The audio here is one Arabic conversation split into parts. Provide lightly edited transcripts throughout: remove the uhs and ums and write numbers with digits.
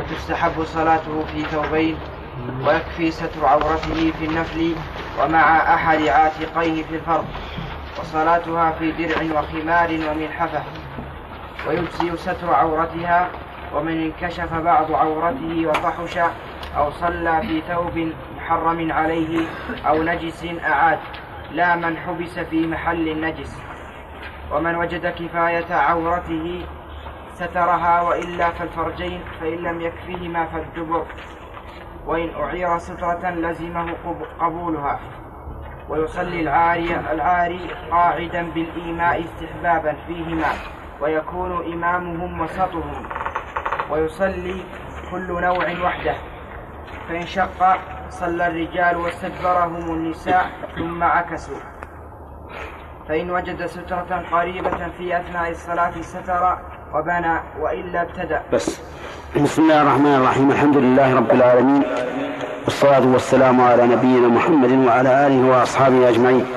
وتستحب صلاته في ثوبين، ويكفي ستر عورته في النفل ومع أحد عاتقيه في الفرض، وصلاتها في درع وخمار وملحفة، ويجزي ستر عورتها. ومن انكشف بعض عورته وفحش أو صلى في ثوب محرم عليه أو نجس أعاد، لا من حبس في محل النجس. ومن وجد كفاية عورته سترها، وإلا فالفرجين، فإن لم يكفهما فالدبر، وإن أعير سترة لزمه قبولها. ويصلي العاري قاعدا بالإيماء استحبابا فيهما، ويكون إمامهم وسطهم، ويصلي كل نوع وحده، فإن شق صلى الرجال واستدبرهم النساء ثم عكسوا. فإن وجد سترة قريبة في أثناء الصلاة ستر وبنى، وإلا ابتدأ. بس. بسم الله الرحمن الرحيم. الحمد لله رب العالمين، والصلاة والسلام على نبينا محمد وعلى آله وأصحابه أجمعين.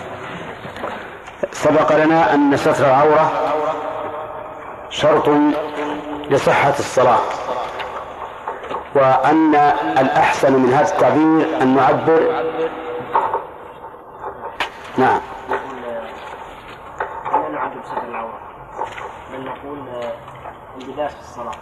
سبق لنا أن ستر العورة شرط لصحة الصلاة، وأن الأحسن من هذا التعبير أن نعبر لا نعبر ستر العورة، بل نقول اللباس في الصلاة.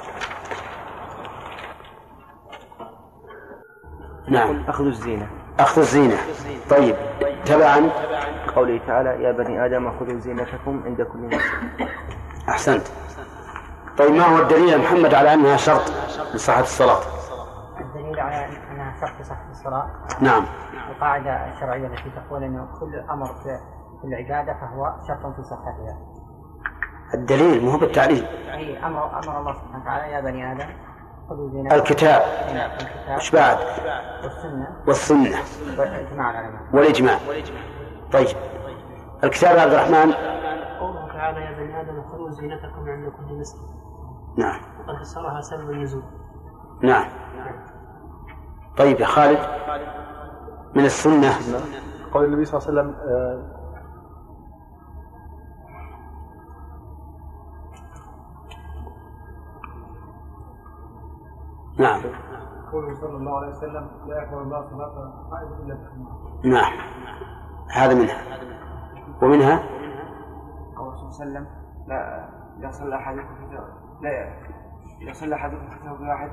نعم، أخذ الزينة. أخذ الزينة. طيب، تبعا قوله تعالى: يا بني آدم خذوا زينتكم عند كل مسجد. أحسنت. طيب، ما هو الدليل يا محمد على أنها شرط لصحة الصلاة؟ الدليل على أنها شرط لصحة الصلاة نعم، القاعدة الشرعية التي تقول أن كل أمر في العبادة فهو شرط في صحتها. الدليل مو بالتعليل. أي أمر الله سبحانه وتعالى: يا بني آدم خذوا زينتكم. الكتاب. إيش بعد؟ والسنة والإجماع. طيب، الكتاب عبد الرحمن. قوله تعالى: يا بني آدم خذوا زينتكم عند كل مسجد. نعم. وقد فسرها سبب النزول. نعم. طيب يا خالد، من السنة قول النبي صلى الله عليه وسلم نعم، قوله صلى الله عليه وسلم: لا يقبل الله صلاة قائد إلا بخمار. نعم، هذا منها. ومنها قول صلى الله عليه وسلم: لا يصلي أحدكم في ثوب واحد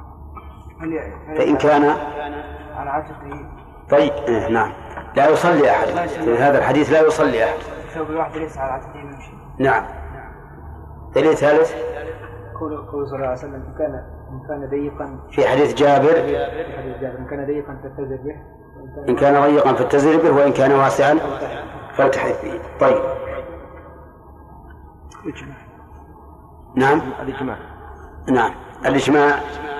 فإن كان على عاتقه. طيب، نعم، لا يصلي أحد. في هذا الحديث لا يصلي أحد. ثوب واحد ليس على عاتقه يمشي. نعم. دليل ثالث قول صلى الله عليه وسلم: إن كان ضيقا، في حديث جابر: إن كان ضيقا فاتزر به، إن كان ضيقا فاتزر به، وإن كان واسعا فالتحف به. طيب. نعم، الإجماع. نعم، الإجماع.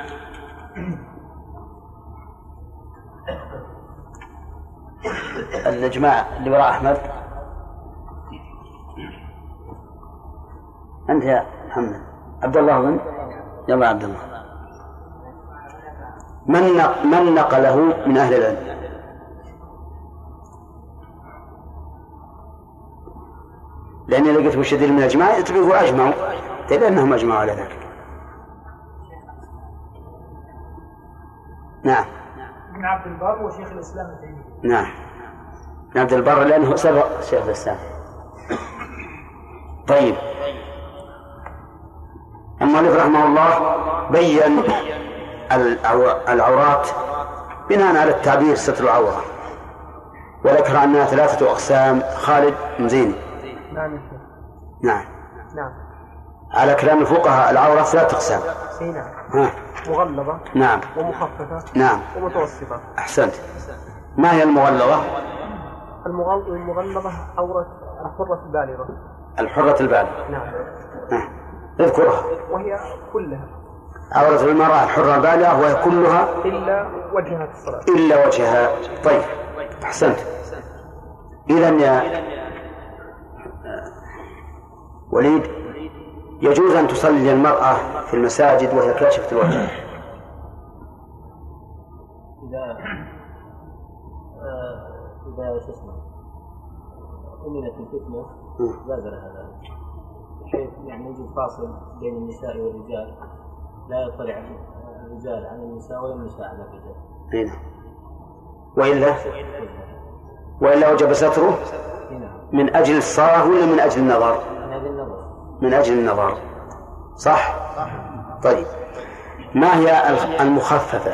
الإجماع اللي وراء أحمد. أنت يا محمد. عبد الله بن يلا عبد الله. من نقله من أهل العلم؟ لأني لقيت مشدد من الإجماع يتبعوا أجمعوا، لأنهم أجمعوا على ذلك. نعم، ابن عبد البر وشيخ الإسلام ابن تيمية. نعم، ابن عبد البر لأنه سبق شيخ الإسلام. طيب، المؤلف رحمه الله بين العورات بناء على التعبير ستر العورة، وذكر أنها 3 أقسام. خالد مزيني. نعم. على كلام الفقهاء العورة 3 أقسام. نعم. مغلظة. نعم. ومخففة. نعم. ومتوسطة. أحسنت. ما هي المغلظة؟ المغلظة عورة الحرة البالغة. الحرة البالغة. نعم. اذكرها. وهي كلها. عورة المرأة الحرة البالغة وهي كلها إلا وجهها في الصلاة. إلا وجهها. طيب، أحسنت. إذن يا وليد، يجوز أن تصلي المرأة في المساجد وهي كاشفة الوجه؟ إذا شو اسمه أمنت الفتنة بادر هذا شيء، يعني يوجد فاصل بين النساء والرجال، لا يطلع الرجال عن النساء ولا النساء عن الرجال. هنا. وإلا وجب ستره من أجل الصلاة ولا من أجل النظر؟ من أجل النظر. صح؟ طيب، ما هي المخففة؟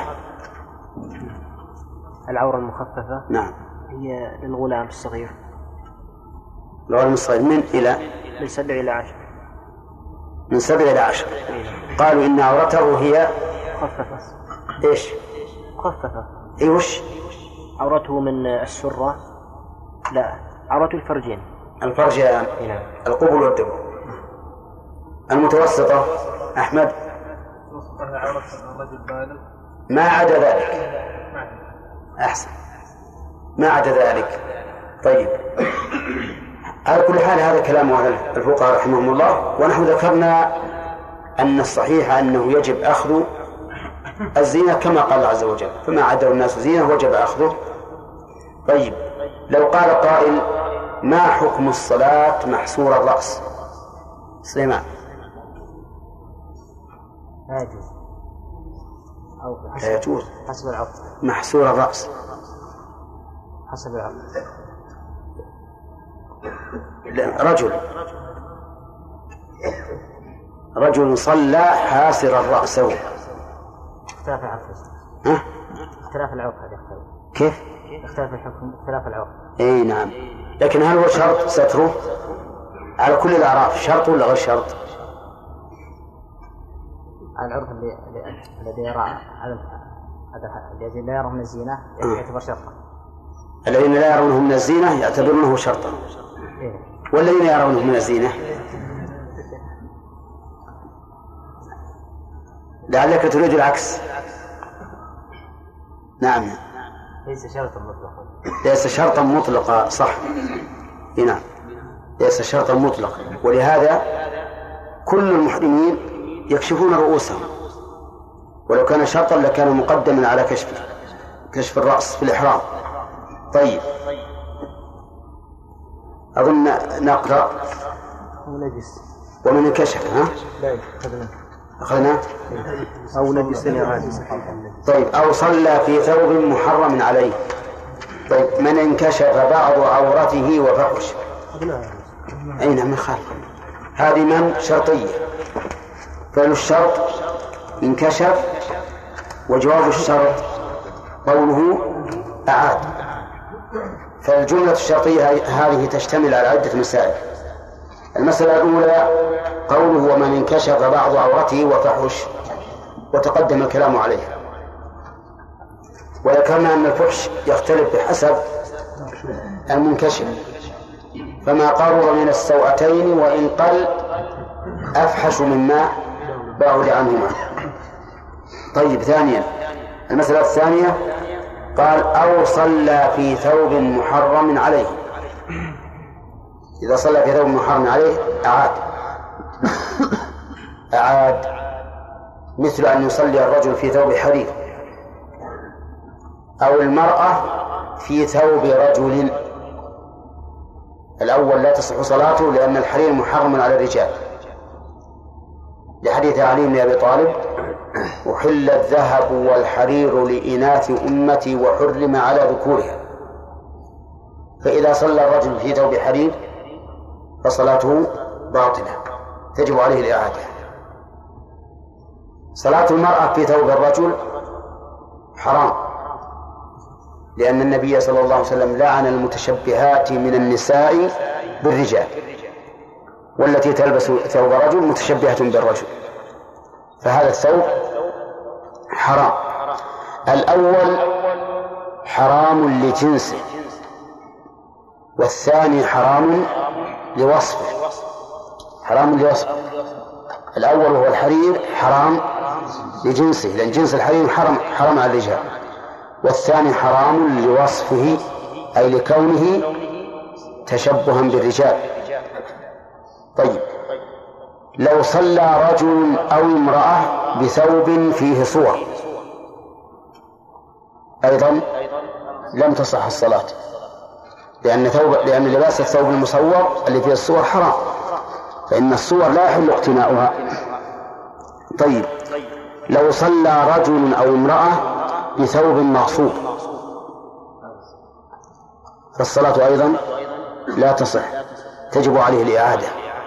العورة المخففة نعم هي للغلام الصغير. الغلام الصغير من إلى؟ من 7 إلى 10. من 7 إلى 10. قالوا إن عورته هي مخففة. إيش؟ مخففة. إيه وش؟ عورته من السرة، لا عورته الفرجين. الفرجان. القبل والدبر. المتوسطة أحمد؟ ما عدا ذلك. أحسن، ما عدا ذلك. طيب، على كل حال هذا كلام أهل الفقهاء رحمهم الله، ونحن ذكرنا أن الصحيح أنه يجب أخذ الزينة كما قال الله عز وجل، فما عدا الناس زينة وجب أخذه. طيب، لو قال قائل ما حكم الصلاة محصور الرأس؟ سليمان. لا يجوز أو لا يجوز حسب العرف. محصور الرأس حسب العرف. رجل صلى حاسر الرأس. اختلاف العرف. اختلاف العرف هذا يختلف. كيف؟ اختلاف الحكم اختلاف العرف. اي نعم، لكن هل هو شرط ستره على كل الأعراف؟ شرط ولا غير شرط؟ العرف الذي يرى الذي لا يرى من الزينة يعتبر شرطا. الذين لا يرونه من الزينة يعتبرونه شرطا، والذين يرونه من الزينة لعلك تريد العكس. نعم، ليس شرطا مطلقا. ليس شرطا مطلقا، صح. نعم، ليس شرطا مطلقا، ولهذا كل المحرمين يكشفون رؤوسهم، ولو كان شرطا لكان مقدما على كشف الرأس في الإحرام. طيب، أظن نقرأ ومن انكشف. ها؟ أخذنا أو نجس. طيب، أو صلى في ثوب محرم عليه. طيب، من انكشف بعض عورته وفحش. أين من خالق؟ هذه من شرطية. فعل الشرط انكشف، وجواب الشرط قوله أعاد. فالجملة الشرطية هذه تشتمل على عدة مسائل. المسألة الأولى قوله ومن انكشف بعض عورته وفحش، وتقدم الكلام عليه. وذكرنا أن الفحش يختلف بحسب المنكشف، فما قرب من السوأتين وإن قل أفحش مما بعد عنهما. طيب، ثانيا المسألة الثانية قال أو صلى في ثوب محرم عليه. إذا صلى في ثوب محرم عليه أعاد مثل أن يصلي الرجل في ثوب حرير، أو المرأة في ثوب رجل. الأول لا تصح صلاته لأن الحرير محرم على الرجال، لحديث علي بن أبي طالب أحل الذهب والحرير لإناث أمتي وحرم على ذكورها. فإذا صلى الرجل في ثوب حرير فصلاته باطلة، تجب عليه الإعادة. صلاة المرأة في ثوب الرجل حرام، لأن النبي صلى الله عليه وسلم لعن المتشبهات من النساء بالرجال، والتي تلبس ثوب رجل متشبهة بالرجل، فهذا الثوب حرام. الأول حرام لجنسه، والثاني حرام لوصفه. حرام لوصفه. الأول هو الحرير حرام لجنسه، لأن جنس الحرير حرام على الرجال، والثاني حرام لوصفه أي لكونه تشبها بالرجال. طيب، لو صلى رجل أو امرأة بثوب فيه صور أيضا لم تصح الصلاة، لأن لباس الثوب المصور اللي فيه الصور حرام، فإن الصور لا يحل اقتناؤها. طيب، لو صلى رجل أو امرأة بثوب مغصوب فالصلاة أيضا لا تصح، تجب عليه الإعادة،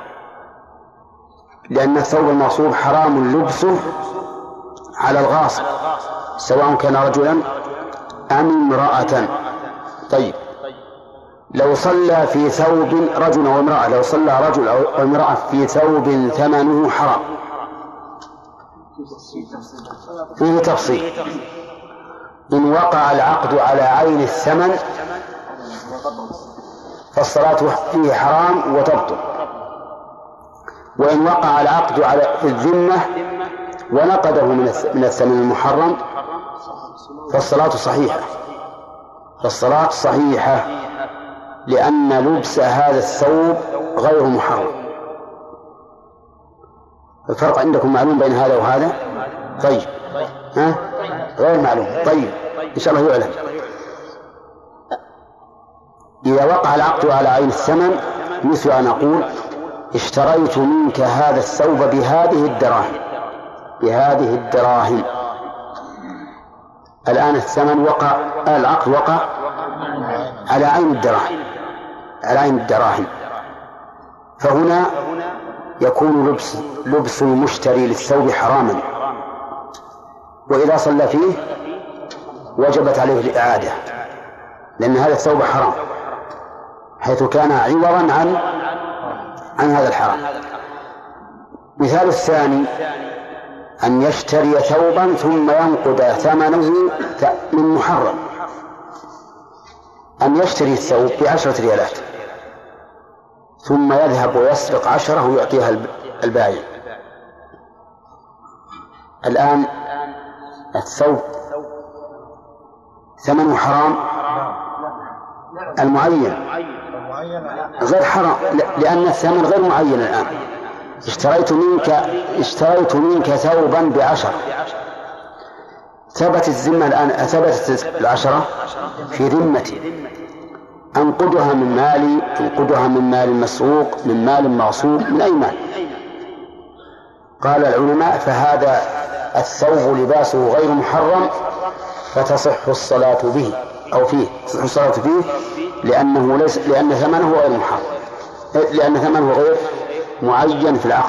لأن الثوب المغصوب حرام لبسه على الغاصب سواء كان رجلا أم امرأة. طيب لو صلى في ثوب رجل أو امرأة، لو صلى رجل أو امرأة في ثوب ثمنه حرام، فيه تفصيل. إن وقع العقد على عين الثمن فالصلاة فيه حرام وتبطل، وإن وقع العقد على في الذمة ونقده من الثمن المحرم فالصلاة صحيحة، فالصلاة صحيحة، لأن لبس هذا الثوب غير محرم. الفرق عندكم معلوم بين هذا وهذا؟ طيب ها؟ غير معلوم. طيب إن شاء الله يعلم. إذا وقع العقد على عين الثمن مثل أن أقول اشتريت منك هذا الثوب بهذه الدراهم، بهذه الدراهم. الآن الثمن وقع، العقد وقع على عين الدراهم، على عين الدراهم، فهنا يكون لبس المشتري للثوب حراما، وإذا صلى فيه وجبت عليه الإعادة، لأن هذا الثوب حرام حيث كان عوضا عن هذا الحرام. مثال الثاني أن يشتري ثوبا ثم ينقد ثمنه من محرم، أن يشتري الثوب ب10 ريالات ثم يذهب ويسرق 10 ويعطيها البائع. الآن الثوب ثمنه حرام، المعين غير حرام، لأن الثمن غير معين. الآن اشتريت منك ثوبا ب10، ثبت الذمة الآن، ثبتت 10 في ذمتي، أنقدها من مالي، أنقدها من مال مسروق، من مال مغصوب، من أي مال. قال العلماء فهذا الثوب لباسه غير محرم فتصح الصلاة به أو فيه، تصح الصلاة فيه لأن ثمنه غير محرم، لأن ثمنه غير معين في العقد.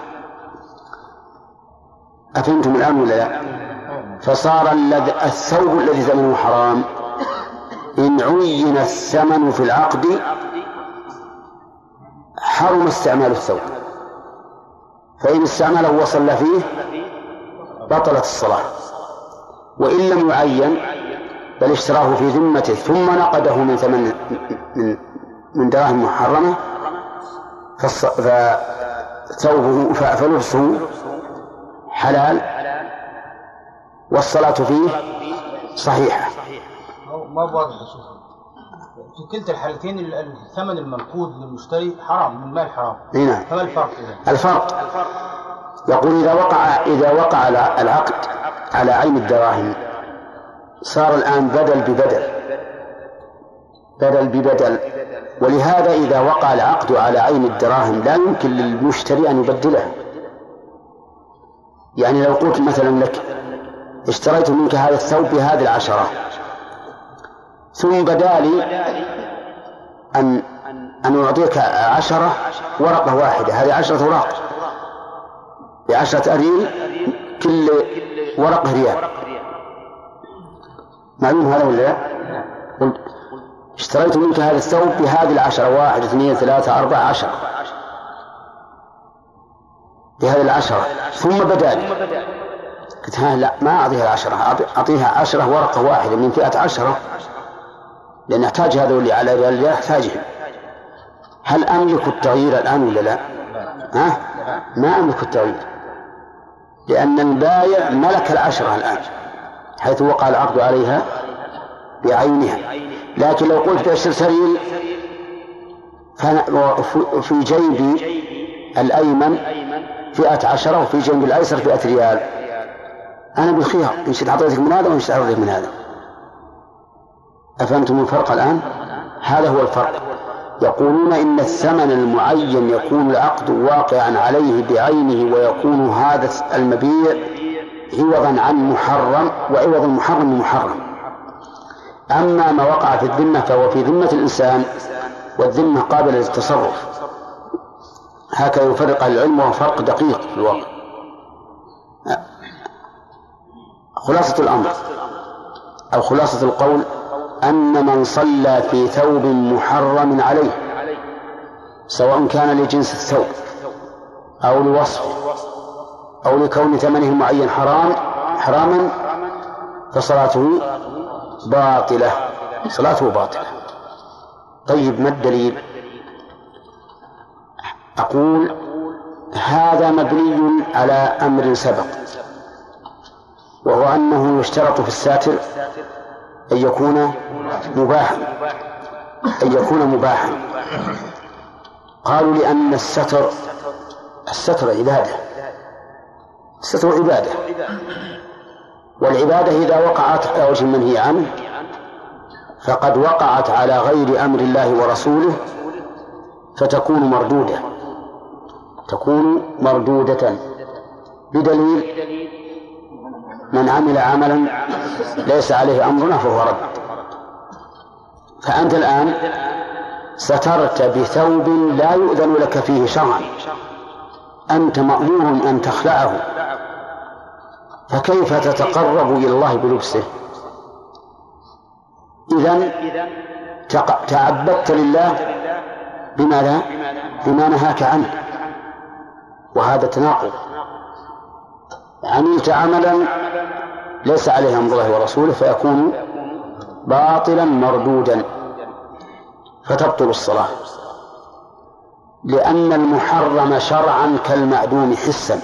أفهمتم الآن ولا لا؟ فصار الثوب الذي ثمنه حرام إن عين الثمن في العقد حرم استعمال الثوب، فإن استعمله وصلى فيه بطلت الصلاة، وإن لم يعين بل اشتراه في ذمته ثم نقده من ثمن من دراهم محرمة فثوبه فلبسه حلال والصلاة فيه صحيحة. ما واضح في كلتا الحالتين الثمن المنقود للمشتري حرام، من مال حرام. نعم. فما الفرق؟ الفرق يقول إذا وقع العقد على عين الدراهم صار الآن بدل ببدل، ولهذا إذا وقع العقد على عين الدراهم لا يمكن للمشتري أن يبدله. يعني لو قلت مثلا لك اشتريت منك هذا الثوب بهذه 10، ثم بدالي أن أعطيك 10 ورقة واحدة، هذه 10 أوراق ب10 أريل، كل ورقة ريال. معلوم هذا ولا لا؟ قلت اشتريت منك هذا الثوب بهذه 10، 1 2 3 4 10، بهذه 10، ثم بدالي قلت لا ما أعطيها 10، أعطيها 10 ورقة واحدة من فئة 10، لأن أحتاج هذا اللي على ريال يحتاجهم. هل أملك التغيير الآن ولا لا؟ ها؟ ما أملك التغيير، لأن البايع ملك 10 الآن حيث وقع العقد عليها بعينها. لكن لو قلت ب10 ريال في جيبي الأيمن فئة 10 وفي جيبي الأيسر فئة ريال، أنا بالخيار إن شئت أعطيتك من هذا وإن شئت أعطيتك من هذا. أفهمتم الفرق الآن؟ هذا هو الفرق. يقولون إن الثمن المعين يكون العقد واقعا عليه بعينه، ويكون هذا المبيع عوضا عن محرم، وعوض المحرم محرم. أما ما وقع في الذمة فهو في ذمة الإنسان، والذمة قابلة للتصرف. هكذا يفرق العلم، وهو فرق دقيق في الواقع. خلاصة الأمر أو خلاصة القول أن من صلى في ثوب محرم عليه، سواء كان لجنس الثوب أو لوصفه أو لكون ثمنه المعين حراما، فصلاته باطلة، صلاته باطلة. طيب، ما الدليل؟ أقول هذا مبني على أمر سبق، وهو أنه يشترط في الساتر أن يكون مباحا. قالوا لأن الستر عبادة، الستر عبادة، والعبادة إذا وقعت على وجه المنهي عنه فقد وقعت على غير أمر الله ورسوله، فتكون مردودة بدليل من عمل عملا ليس عليه أمرنا فهو رد. فأنت الآن سترت بثوب لا يؤذن لك فيه شرعا، أنت مأمور أن تخلعه، فكيف تتقرب إلى الله بلبسه؟ إذن تعبدت لله بماذا؟ بما نهاك عنه، وهذا تناقض. عملت عملا ليس عليه أمر الله ورسوله فيكون باطلا مردودا، فتبطل الصلاة، لأن المحرم شرعا كالمعدوم حسا.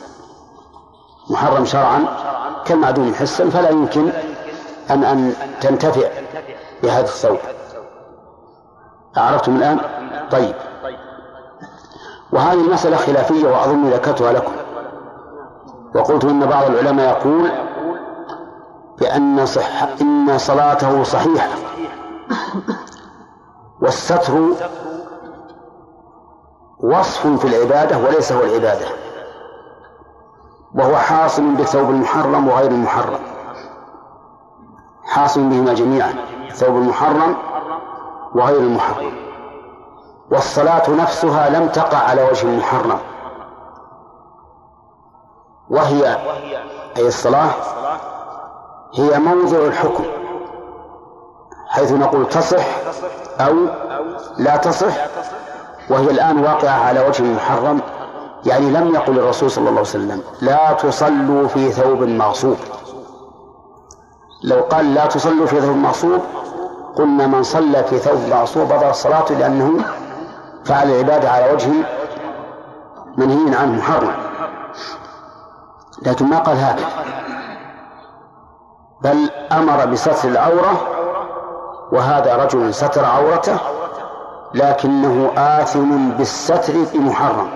محرم شرعا كالمعدوم حسا، فلا يمكن أن تنتفع بهذا الثوب. عرفتم الآن؟ طيب، وهذه المسألة خلافية وأظن ذكرتها لكم، وقلت إن بعض العلماء يقول بأن إن صلاته صحيحة، والستر وصف في العبادة وليس هو العبادة، وهو حاصل بالثوب المحرم وغير المحرم، حاصل بهما جميعا، الثوب المحرم وغير المحرم. والصلاة نفسها لم تقع على وجه المحرم، وهي أي الصلاة هي موضع الحكم، حيث نقول تصح أو لا تصح، وهي الآن واقعة على وجه المحرم. يعني لم يقل الرسول صلى الله عليه وسلم لا تصلوا في ثوب مغصوب. لو قال لا تصلوا في ثوب مغصوب قلنا من صلى في ثوب مغصوب بطلت صلاته، لأنه فعل العبادة على وجه منهي عنه محرم. لكن ما قال هكذا، بل أمر بستر العورة، وهذا رجل ستر عورته لكنه آثم بالستر بمحرم،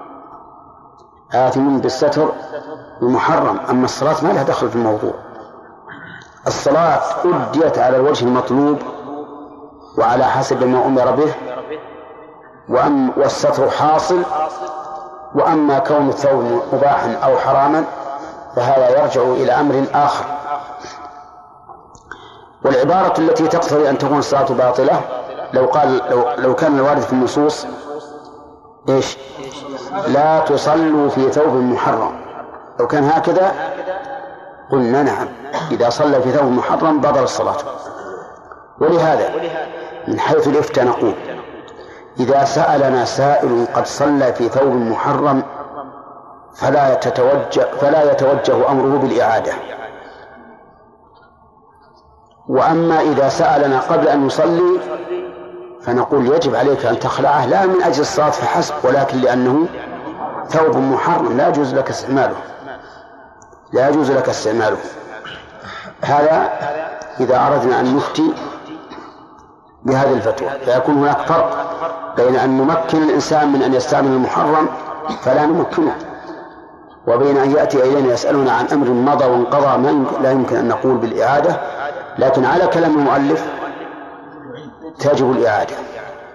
آثم بالستر بمحرم. أما الصلاة ما لها دخل في الموضوع، الصلاة أديت على الوجه المطلوب وعلى حسب ما أمر به، والستر حاصل. وأما كون الثوب مباحا أو حراما فهذا يرجع إلى أمر آخر. والعبارة التي تقتضي أن تكون الصلاة باطلة لو كان الوارد في النصوص إيش؟ لا تصلوا في ثوب محرم، لو كان هكذا قلنا نعم، إذا صلى في ثوب محرم بطل الصلاة. ولهذا من حيث الإفتاء نقول إذا سألنا سائل قد صلى في ثوب محرم فلا يتوجه أمره بالإعادة. وأما إذا سألنا قبل أن يصلي فنقول يجب عليك أن تخلعه، لا من أجل الصلاة فحسب، ولكن لأنه ثوب محرم لا يجوز لك استعماله. هذا إذا أردنا أن نفتي بهذه الفتوى، فيكون هناك فرق بين أن نمكن الإنسان من أن يستعمل المحرم فلا نمكنه، وبين أن يأتي إلينا يسألنا عن أمر مضى وانقضى لا يمكن أن نقول بالإعادة. لكن على كلام المؤلف تجب الإعادة،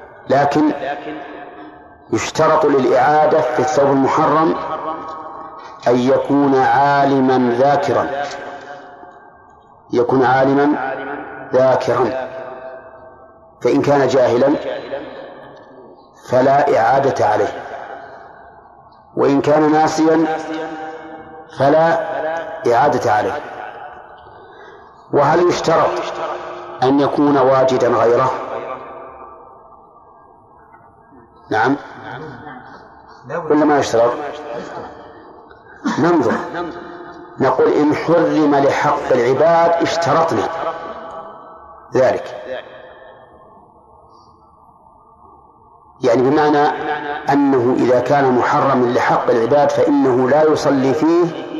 لكن يشترط للإعادة في الثوب المحرم أن يكون عالما ذاكرا، يكون عالما ذاكرا، فإن كان جاهلا فلا إعادة عليه، وإن كان ناسيا فلا إعادة عليه. وهل يشترط أن يكون واجدا غيره؟ نعم، ولا ما يشترط؟ ننظر، نقول إن حرم لحق العباد اشترطنا ذلك، يعني بمعنى أنه إذا كان محرما لحق العباد فإنه لا يصلي فيه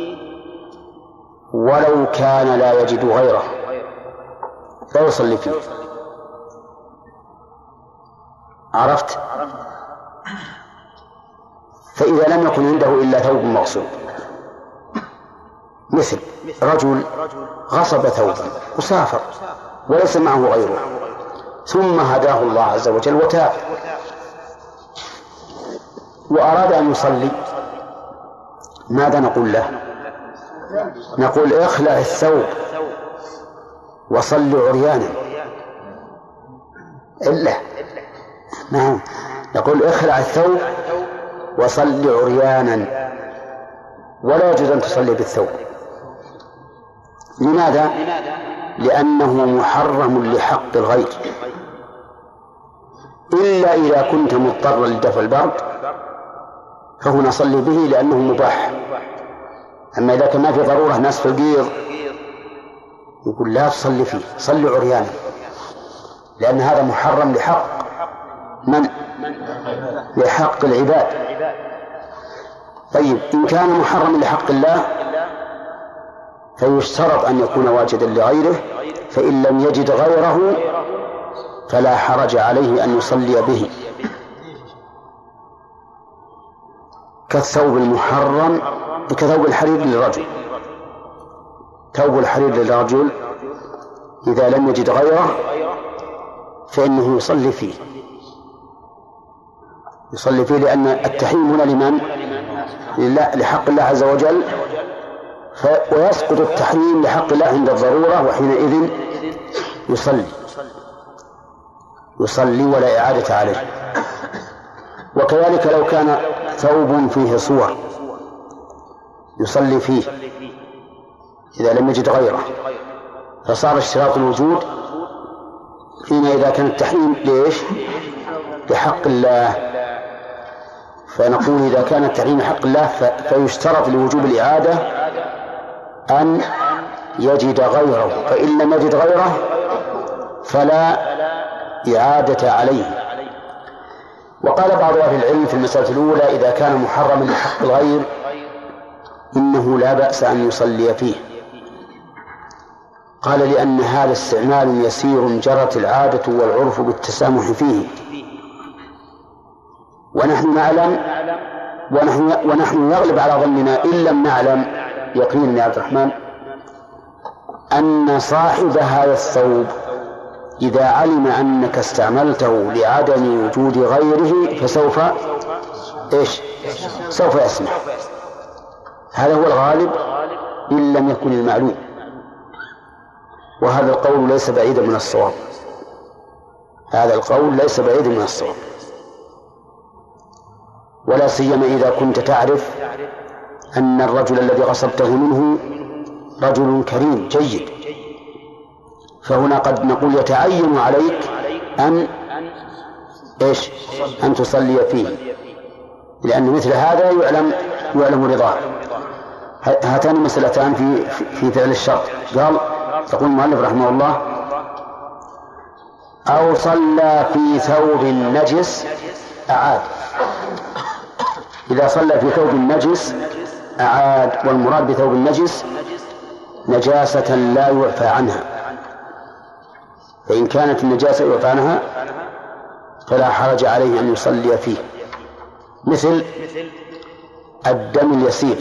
ولو كان لا يجد غيره، لا يصلي فيه. عرفت؟ فإذا لم يكن عنده إلا ثوب مغصوب، مثل رجل غصب ثوبا وسافر وليس معه غيره، ثم هداه الله عز وجل وتاب وأراد أن يصلي، ماذا نقول له؟ نقول اخلع الثوب وصل عريانا. إلا نعم، نقول اخلع الثوب وصل عريانا، ولا يجوز أن تصلي بالثوب. لماذا؟ لأنه محرم لحق الغير، إلا إذا كنت مضطرا لدفع البرد فهنا صلي به لأنه مباح. أما إذا كان ما في ضرورة، ناس في القير، يقول لا تصلي فيه، صلي عريانا، لأن هذا محرم لحق من؟ لحق العباد. طيب إن كان محرم لحق الله فيشترط أن يكون واجدا لغيره، فإن لم يجد غيره فلا حرج عليه أن يصلي به، كالثوب المحرم، كثوب الحرير للرجل. ثوب الحرير للرجل إذا لم يجد غيره فإنه يصلي فيه، يصلي فيه، لأن التحريم هنا لمن؟ لله، لحق الله عز وجل، ويسقط التحريم لحق الله عند الضرورة، وحينئذ يصلي ولا إعادة عليه. وكذلك لو كان ثوب فيه صور يصلي فيه إذا لم يجد غيره، فصار اشتراط الوجود فيما إذا كان التحريم ليش؟ لحق الله. فنقول إذا كان التحريم لحق الله فيشترط لوجوب الإعادة أن يجد غيره، فإن لم يجد غيره فلا إعادة عليه. وقال بعض أهل العلم في المسألة الأولى إذا كان محرما لحق الغير إنه لا بأس أن يصلي فيه، قال لأن هذا استعمال يسير جرت العادة والعرف بالتسامح فيه، ونحن نعلم ونحن يغلب على ظننا إن لم نعلم يقينا يا عبد الرحمن أن صاحب هذا الثوب إذا علم أنك استعملته لعدم وجود غيره فسوف سوف يسمح. هذا هو الغالب إن لم يكن المعلوم، وهذا القول ليس بعيدا من الصواب، هذا القول ليس بعيدا من الصواب، ولا سيما إذا كنت تعرف أن الرجل الذي غصبته منه رجل كريم جيد، فهنا قد نقول يتعين عليك أن تصلي فيه، لأن مثل هذا يعلم رضاه. هاتان مسألتان في فعل الشرط. قال يقول المؤلف رحمه الله أو صلى في ثوب نجس أعاد. إذا صلى في ثوب نجس أعاد، والمراد بثوب النجس نجاسة لا يعفى عنها، فإن كانت النجاسة يعفى عنها فلا حرج عليه أن يصلي فيه، مثل الدم اليسير،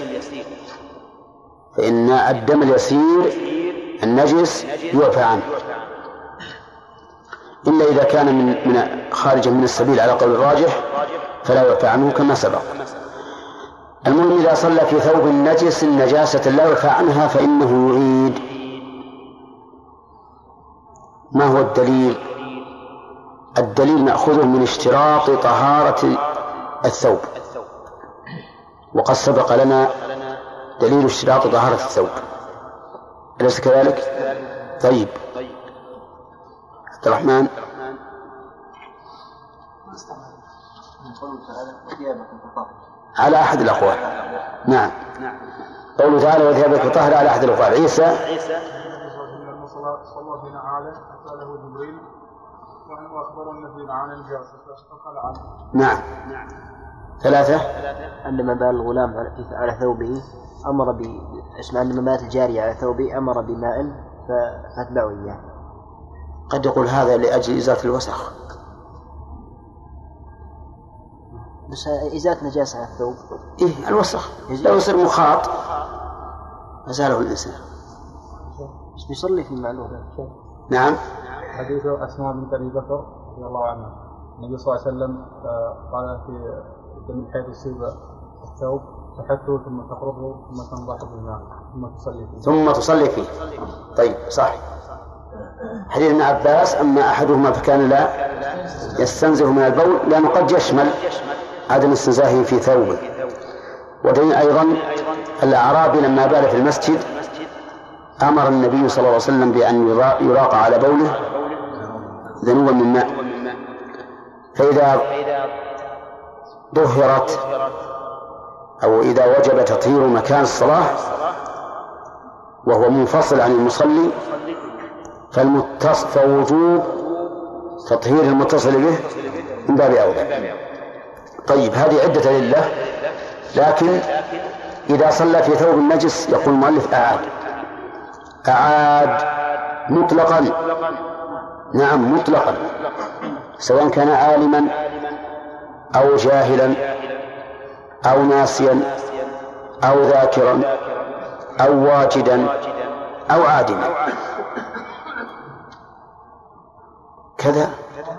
فإن الدم اليسير النجس يعفى عنه، إلا إذا كان من خارجا من السبيل على قول الراجح فلا يعفى عنه كما سبق. المهم إذا صلى في ثوب نجس نجاسة لا يعفى عنها فإنه يعيد. ما هو الدليل؟ الدليل نأخذه من اشتراط طهارة الثوب، وقد سبق لنا دليل اشتراط طهارة الثوب، أليس كذلك؟ طيب عبد الرحمن. على أحد الأقوال. نعم، قوله تعالى وثيابك طهر على أحد الأقوال. عيسى لما صلى بنا عالم سأله جبريل وأخبرنا في عن الجاسة فقال عنه. نعم. 3 عندما بال الغلام على ثوبه أمر عندما بات الجارية على ثوبه أمر بماء فأتبعوا إياه. قد يقول هذا لأجل إزالة الوسخ، بس إزالة نجاسة على الثوب إيه الوسخ لو يصير مخاط أزاله الإنسان. بس بيصلي في معلومة. نعم. حديث أسماء بنت أبي بكر رضي الله عنها النبي صلى الله عليه وسلم قال في من حيث يصيب الثوب تحته ثم تقربه ثم تنضح بالماء ثم تصلي فيه. طيب صح. حديث ابن عباس أما أحدهما فكان لا يستنزه من البول لأنه قد يشمل عدم استنزاهه في ثوبه. ودين أيضا الأعرابي لما بال في المسجد أمر النبي صلى الله عليه وسلم بأن يراق على بوله ذنوبا من ماء، فإذا ظهرت أو إذا وجب تطهير مكان الصلاة وهو منفصل عن المصلي فوجوب تطهير المتصل به من باب أولى. طيب هذه عدة لله، لكن إذا صلى في ثوب النجس يقول المؤلف أعاد مطلقا. نعم مطلقا، سواء كان عالما أو جاهلا أو ناسيا أو ذاكرا أو واجدا أو عادما كذا.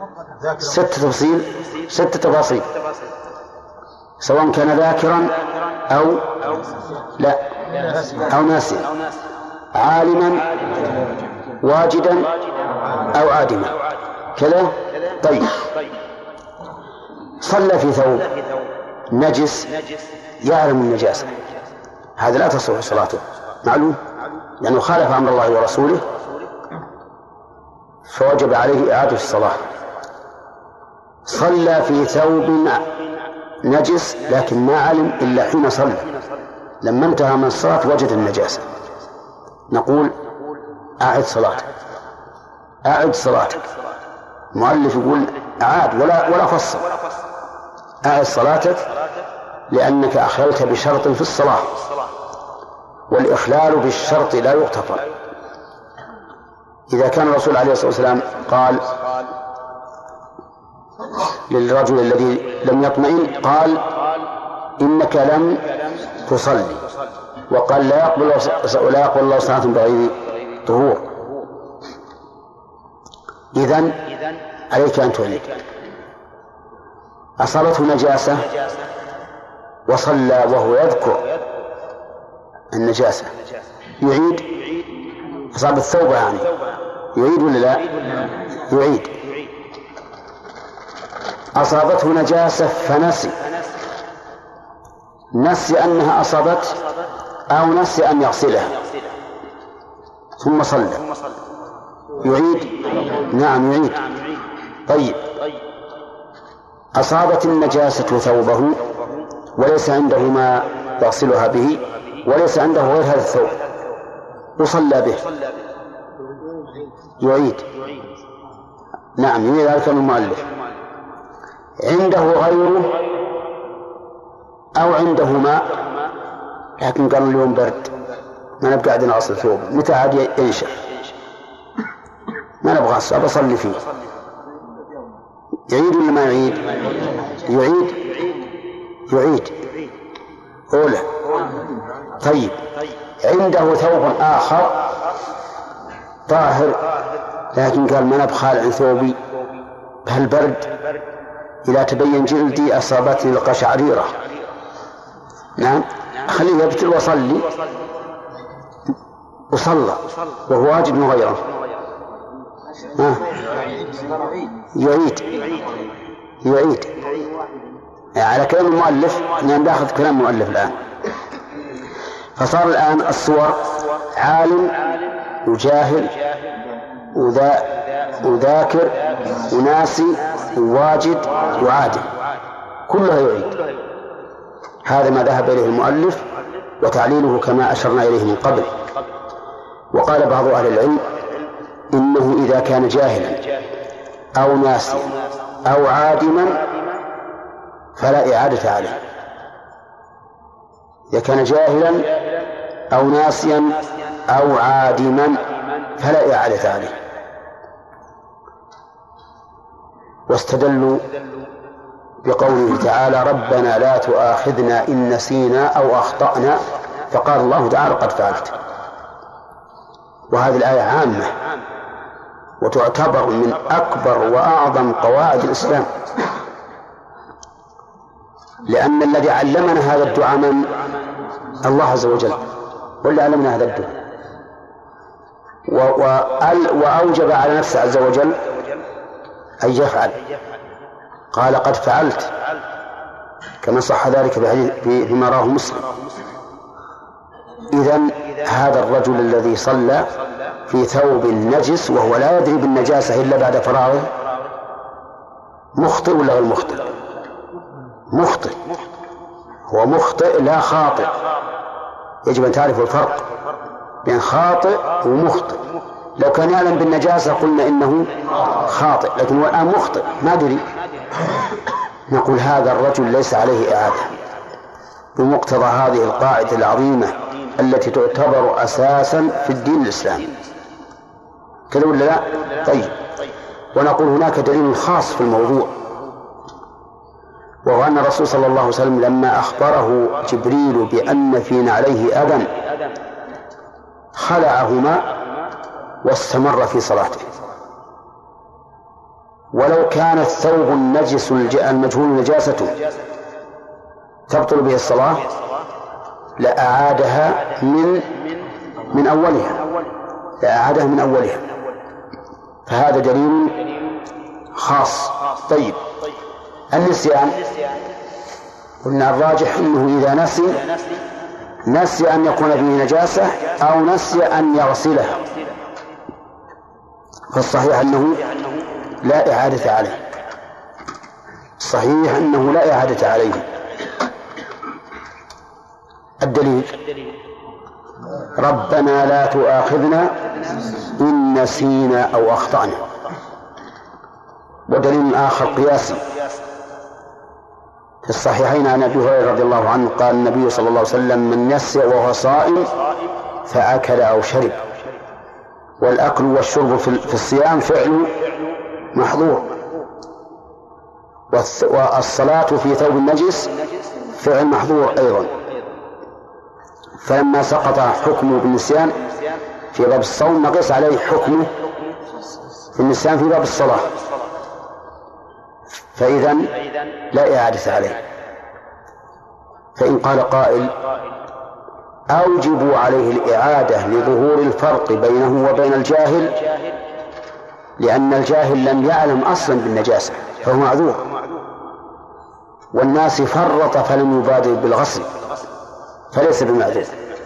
6 تفاصيل، سواء كان ذاكرا أو لا أو ناسيا، عالما واجدا أو عادما كذا. طيب صلى في ثوب نجس يعلم النجاسة، هذا لا تصح صلاته معلوم، لأنه خالف أمر الله ورسوله فوجب عليه إعادة الصلاة. صلى في ثوب نجس لكن ما علم إلا حين صلى، لما انتهى من الصلاة وجد النجاسة، نقول أعد صلاتك. المؤلف يقول أعاد ولا فصل، أعد صلاتك لأنك أخللت بشرط في الصلاة، والإخلال بالشرط لا يغتفر. إذا كان الرسول عليه الصلاة والسلام قال للرجل الذي لم يطمئن قال إنك لم تصلي، وقال لا يقبل الله صلاة بغير طهور، إذن عليك أن تعيد. أصابته نجاسة وصلى وهو يذكر النجاسة يعيد. أصاب الثوب يعني يعيد ولا لا؟ يعيد. أصابته نجاسة نسي أنها أصابت أو نسي أن يغسلها ثم صلى يعيد. نعم يعيد. طيب أصابت النجاسة ثوبه وليس عنده ما يغسلها به وليس عنده غير هذا الثوب وصلى به يعيد. نعم يعيد. ذلك المؤلف عنده غيره أو عنده ماء لكن قال اليوم برد ما نبقى عندنا أصل ثوب، متى عاد ينشف ما نبغى أصل أصلي فيه، يعيد ولا ما يعيد؟ يعيد أولى. طيب عنده ثوب آخر طاهر لكن قال ما نبخال عن ثوبي بهالبرد إذا تبين جلدي أصابتني القشعريرة، نعم خليه يبتل وصلي وصلى وهو واجد من غيره يعيد على كلام المؤلف. نحن ناخذ كلام المؤلف الآن. فصار الآن الصور عالم وجاهل وذاكر وناسي وواجد وعادل كلها يعيد. هذا ما ذهب إليه المؤلف وتعليله كما أشرنا إليه من قبل. وقال بعض أهل العلم إنه إذا كان جاهلا أو ناسيا أو عادما فلا إعادة عليه. إذا كان جاهلا أو ناسيا أو عادما فلا إعادة عليه. واستدلوا بقوله تعالى ربنا لا تؤاخذنا إن نسينا أو أخطأنا فقال الله تعالى قد فعلت. وهذه الآية عامة وتعتبر من أكبر وأعظم قواعد الإسلام، لأن الذي علمنا هذا الدعاء من الله عز وجل، واللي علمنا هذا الدعاء وأوجب على نفسه عز وجل أن يفعل. قال قد فعلت كما صح ذلك فيما رواه مسلم. إذن هذا الرجل الذي صلى في ثوب نجس وهو لا يدري بالنجاسة إلا بعد فراغه مخطئ ولا غير مخطئ؟ مخطئ. هو مخطئ لا خاطئ. يجب أن تعرف الفرق بين خاطئ ومخطئ. لو كان يعلم بالنجاسة قلنا إنه خاطئ، لكن هو الآن مخطئ ما أدري. نقول هذا الرجل ليس عليه إعادة بمقتضى هذه القاعدة العظيمة التي تعتبر أساسا في الدين الإسلامي. كذا ولا لا؟ طيب. ونقول هناك دليل خاص في الموضوع، وهو أن الرسول صلى الله عليه وسلم لما أخبره جبريل بأن في نعليه أذى خلعهما واستمر في صلاته. ولو كان الثوب النجس المجهول نجاسته تبطل به الصلاة لأعادها من أولها. فهذا دليل خاص. طيب النسيان قلنا الراجح أنه إذا نسي أن يكون فيه نجاسة أو نسي أن يغسلها فالصحيح أنه لا إعادة عليه. الدليل ربنا لا تؤاخذنا إن نسينا أو أخطأنا. ودليل آخر قياسي في الصحيحين عن أبي هريرة رضي الله عنه قال النبي صلى الله عليه وسلم من نسي وهو صائم فأكل أو شرب. والأكل والشرب في الصيام فعل محظور، والصلاة في ثوب النجس فعل محظور أيضا. فلما سقط حكمه بالنسيان في باب الصوم نقص عليه حكمه في النسيان في باب الصلاة، فإذن لا إعادة عليه. فإن قال قائل أوجبوا عليه الإعادة لظهور الفرق بينه وبين الجاهل، لأن الجاهل لم يعلم أصلا بالنجاسة فهو معذور، والناس فرط فلم يبادر بالغسل فليس بمعذور،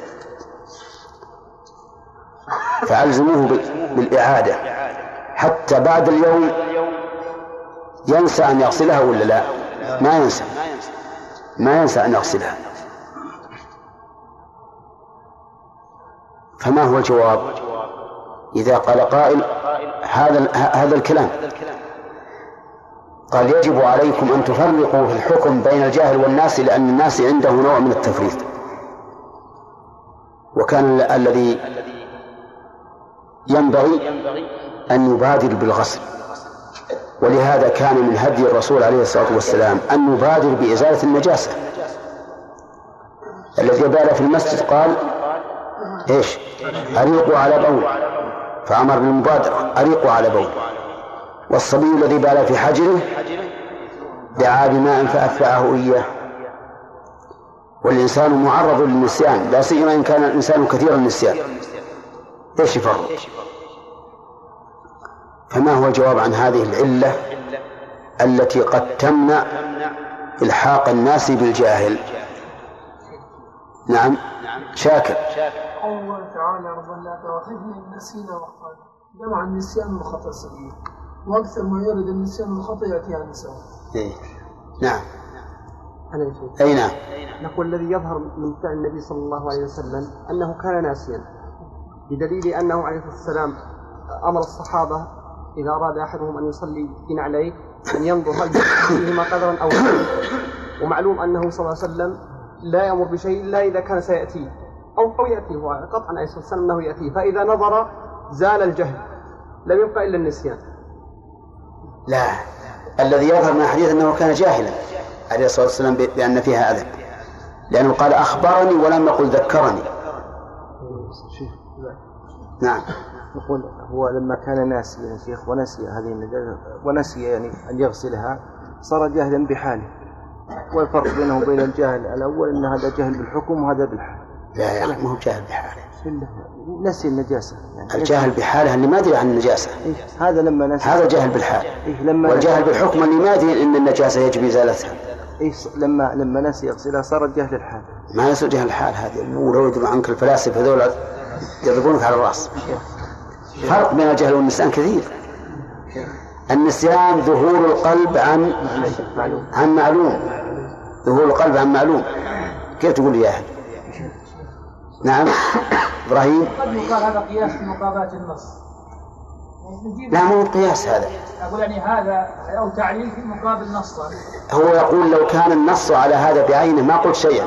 فألزموه بالإعادة حتى بعد اليوم ينسى أن يغسلها ولا لا؟ ما ينسى أن يغسلها. فما هو الجواب إذا قال قائل هذا الكلام؟ قال يجب عليكم أن تفرقوا في الحكم بين الجاهل والناس، لأن الناس عنده نوع من التفريط، وكان الذي ينبغي أن يبادر بالغسل. ولهذا كان من هدي الرسول عليه الصلاة والسلام أن يبادر بإزالة النجاسة. الذي بال في المسجد قال إيش؟ أريقوا على بول، فأمر بالمبادرة أريقوا على بول. والصبي الذي بال في حجره دعا بماء فأتبعه إياه. والإنسان معرض للنسيان، لا سيما إن كان الإنسان كثير النسيان. إيش يفرق؟ فما هو الجواب عن هذه العلة التي قد تمنع إلحاق الناس بالجاهل؟ نعم شاكر. قول الله تعالى ربنا لا تؤاخذنا إن نسينا وأخطأنا، جمع النسيان والخطأ سبيل، وأكثر ما يرد النسيان والخطأ يأتي عن النساء. نعم. أي نعم. نقول الذي يظهر من فعل النبي صلى الله عليه وسلم أنه كان ناسيا، بدليل أنه عليه السلام أمر الصحابة إذا أراد أحدهم أن يصلي في نعليه أن ينظر هل فيهما قدرا أو لا. ومعلوم أنه صلى الله عليه وسلم لا يأمر بشيء إلا إذا كان سيأتيه أو يأتيه، قطعا عليه الصلاة والسلام أنه يأتيه، فإذا نظر زال الجهل، لم يبقى إلا النسيان. لا، الذي يظهر من الحديث أنه كان جاهلا عليه الصلاة والسلام بأن فيها أذى، لأنه قال أخبرني ولم يقل ذكرني. نعم. نقول هو لما كان ناسيا يا شيخ ونسي هذه النجاسة ونسي يعني أن يغسلها صار جاهلا بحاله. والفرق بينه وبين الجاهل الأول أن هذا جاهل بالحكم وهذا بالحال. لا ما هو جاهل بحاله، نسي النجاسة يعني. الجاهل بحاله اللي ما يدري عن النجاسة. هذا لما نسي هذا جاهل بالحال. والجاهل بالحكم اللي ما يدري أن النجاسة يجب إزالتها. لما نسي يغسلها صار جاهل الحال. ما يصير جاهل الحال هذه، ولو يدرون عنك الفلاسفة هذول يضربونك على الرأس. فرق بين الجهل والنسيان كثير. النسيان ظهور القلب عن معلوم، ظهور القلب عن معلوم. كيف تقول جاهل؟ نعم إبراهيم. قد يقال هذا قياس في مقابلة النص. لا مو قياس هذا. أقول يعني هذا أو تعليل في مقابل نصا. هو يقول لو كان النص على هذا بعينه ما قلت شيئا.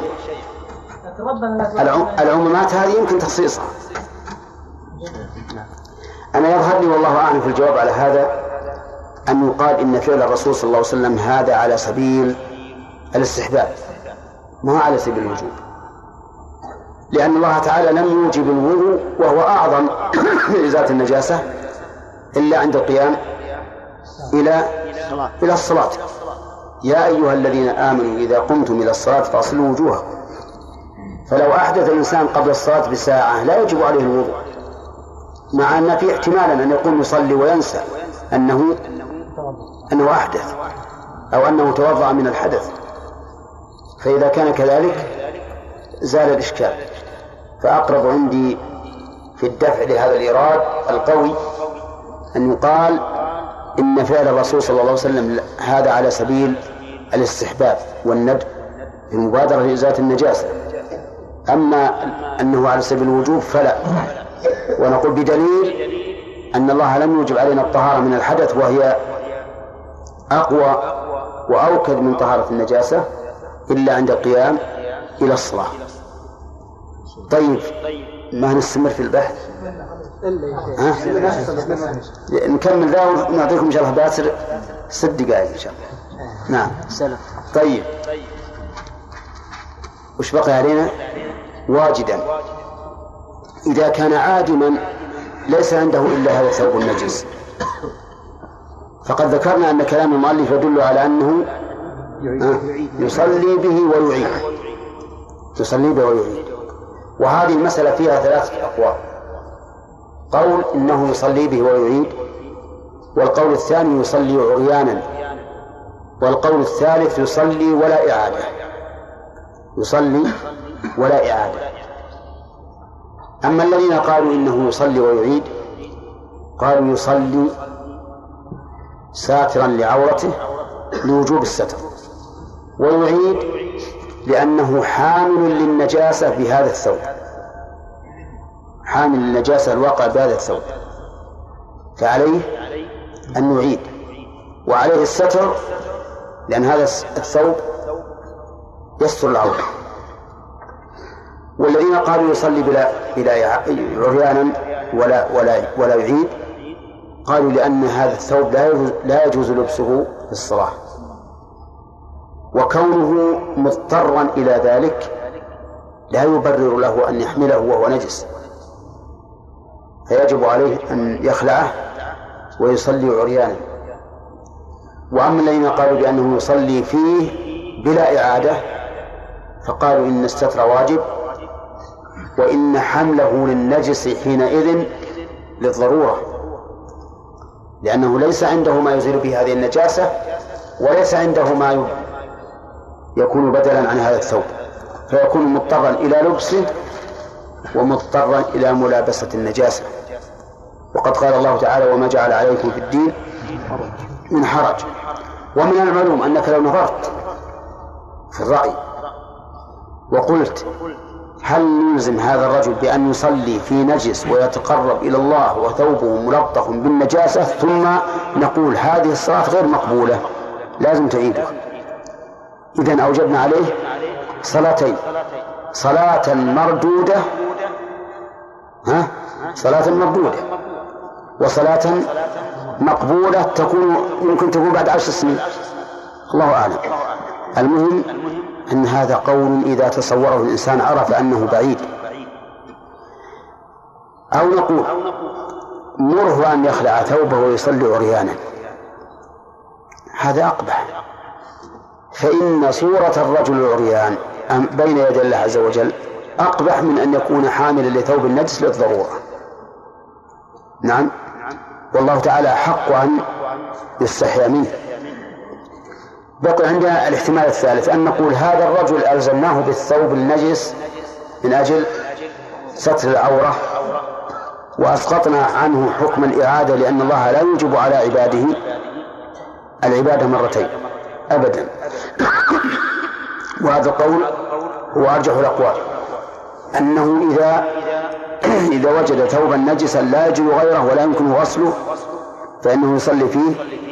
العمومات هذه يمكن تخصيصها. أنا يظهر لي والله أعلم في الجواب على هذا أن يقال إن فعل الرسول صلى الله عليه وسلم هذا على سبيل الاستحباب، ما هو على سبيل الوجوب، لأن الله تعالى لم يوجب الوضوء وهو أعظم لإزالة النجاسة إلا عند القيام إلى الصلاة. يا أيها الذين آمنوا إذا قمتم إلى الصلاة فاغسلوا وجوهكم. فلو أحدث الإنسان قبل الصلاة بساعة لا يجب عليه الوضوء، مع أن في احتمالا أن يقوم يصلي وينسى أنه أحدث أو أنه توضأ من الحدث، فإذا كان كذلك زال الإشكال. فأقرب عندي في الدفع لهذا الإيراد القوي أن يقال إن فعل الرسول صلى الله عليه وسلم هذا على سبيل الاستحباب والندب المبادرة لإزالة النجاسة، أما أنه على سبيل الوجوب فلا. ونقول بدليل أن الله لم يوجب علينا الطهارة من الحدث وهي أقوى وأوكد من طهارة النجاسة إلا عند القيام إلى الصلاة. طيب ما نستمر في البحث؟ نكمل ذا ونعطيكم إن شاء الله باسر 6 دقائق إن شاء الله. نعم. طيب وش بقي علينا؟ واجدا إذا كان عادما ليس عنده إلا هذا الثوب النجس، فقد ذكرنا أن كلام المؤلف يدل على أنه يصلي به ويعيد، يصلي به ويعيد. وهذه المسألة فيها 3 أقوال: قول إنه يصلي به ويعيد، والقول الثاني يصلي عريانا، والقول الثالث يصلي ولا إعادة، يصلي ولا إعادة. أما الذين قالوا إنه يصلي ويعيد قالوا يصلي ساترا لعورته لوجوب الستر، ويعيد لأنه حامل للنجاسة بهذا الثوب، حامل للنجاسة الواقع بهذا الثوب، فعليه أن يعيد، وعليه الستر لأن هذا الثوب يستر العورة. والذين قالوا يصلي بلا عريانا ولا يعيد قالوا لأن هذا الثوب لا يجوز لبسه في الصلاة، وكونه مضطرا إلى ذلك لا يبرر له أن يحمله وهو نجس، فيجب عليه أن يخلعه ويصلي عريانا. وأما الذين قالوا بأنه يصلي فيه بلا إعادة فقالوا إن الستر واجب، وإن حمله للنجس حينئذ للضرورة، لأنه ليس عنده ما يزيل به هذه النجاسة، وليس عنده ما يكون بدلا عن هذا الثوب، فيكون مضطرا إلى لبسه ومضطرا إلى ملابسة النجاسة. وقد قال الله تعالى: وما جعل عليكم في الدين من حرج. ومن المعلوم أنك لو نظرت في الرأي وقلت هل نلزم هذا الرجل بأن يصلي في نجس ويتقرب إلى الله وثوبه ملطخ بالنجاسة، ثم نقول هذه الصلاة غير مقبولة لازم تعيدها، إذن أوجبنا عليه صلاتين: صلاة مردودة، صلاة مردودة، وصلاة مقبولة ممكن تكون بعد 10 سنين، الله أعلم. المهم أن هذا قول إذا تصوره الإنسان عرف أنه بعيد. أو نقول مره أن يخلع ثوبه ويصلي عريانا، هذا أقبح، فإن صورة الرجل العريان بين يدي الله عز وجل أقبح من أن يكون حاملا لثوب النجس للضرورة. نعم، والله تعالى حق أن يستحيا منه. بقي عندنا الاحتمال الثالث، أن نقول هذا الرجل ألزمناه بالثوب النجس من أجل ستر العورة، وأسقطنا عنه حكم الإعادة، لأن الله لا يوجب على عباده العبادة مرتين أبدا. وهذا القول هو أرجح الأقوال، أنه إذا وجد ثوبا نجسا لا يجوز غيره ولا يمكن غسله فإنه يصلي فيه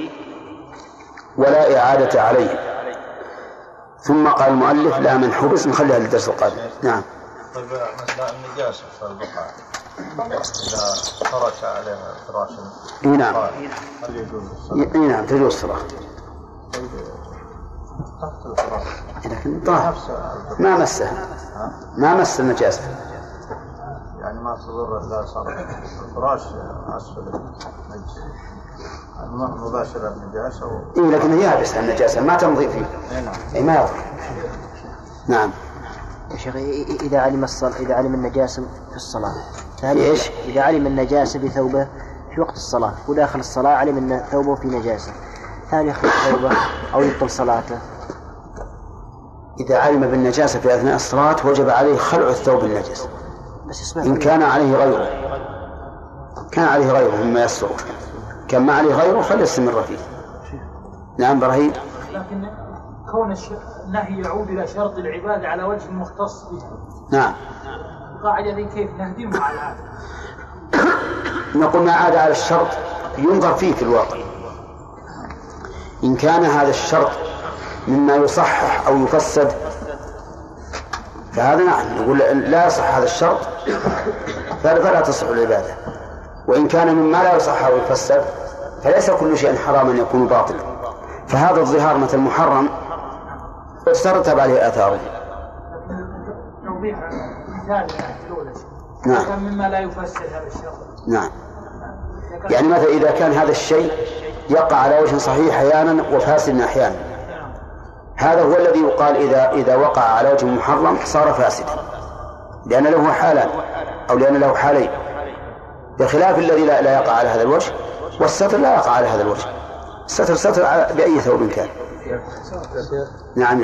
ولا إعادة عليه. ثم قال المؤلف: لا من حبس، نخليها للدرس القادم. نعم. طيب مثل النجاسة في البقعة إذا فرش عليها فراشا، نعم، هل يجوز الصلاة؟ نعم تجوز الصلاة، لكن طاهر ما مس النجاسة، يعني ما تضر إذا صار الفراش أسفل النجس مباشرة بالنجاسة لكن يابس النجاسة ما تمضي فيه، ما يضر. نعم يا شيخ. إذا علم النجاسة في الصلاة، إيش؟ إذا علم النجاسة بثوبه في وقت الصلاة وداخل الصلاة علم أن ثوبه في نجاسة، هل يخلع ثوبه أو يبطل صلاته؟ إذا علم بالنجاسة في أثناء الصلاة وجب عليه خلع الثوب النجس، إن كان عليه غيره مما يسره، كان ما عليه غيره فليستمر فيه. نعم إبراهيم. لكن كون النهي يعود إلى شرط العبادة على وجه مختص بها. نعم. القاعدة ذي كيف نهدمها على هذا؟ نقول ما عاد على الشرط ينظر فيه في الواقع، إن كان هذا الشرط مما يصحح أو يفسد فهذا نعم نقول لا يصح هذا الشرط فلا تصح العبادة. وإن كان مما لا يصح أو يفسد فليس كل شيء حراما يكون باطلا، فهذا الظهار مثل محرم ترتب عليه آثاره. توضيح مثال نعم. مما لا يفسد هذا الشرط. نعم. يعني مثلا إذا كان هذا الشيء يقع على وجه صحيح أحيانا وفاسد أحيانا، هذا هو الذي يقال إذا وقع على وجه محرم صار فاسدا، لأن له حالان أو لأن له حالين، بخلاف الذي لا يقع على هذا الوجه، والستر لا يقع على هذا الوجه، ستر بأي ثوب كان. نعم.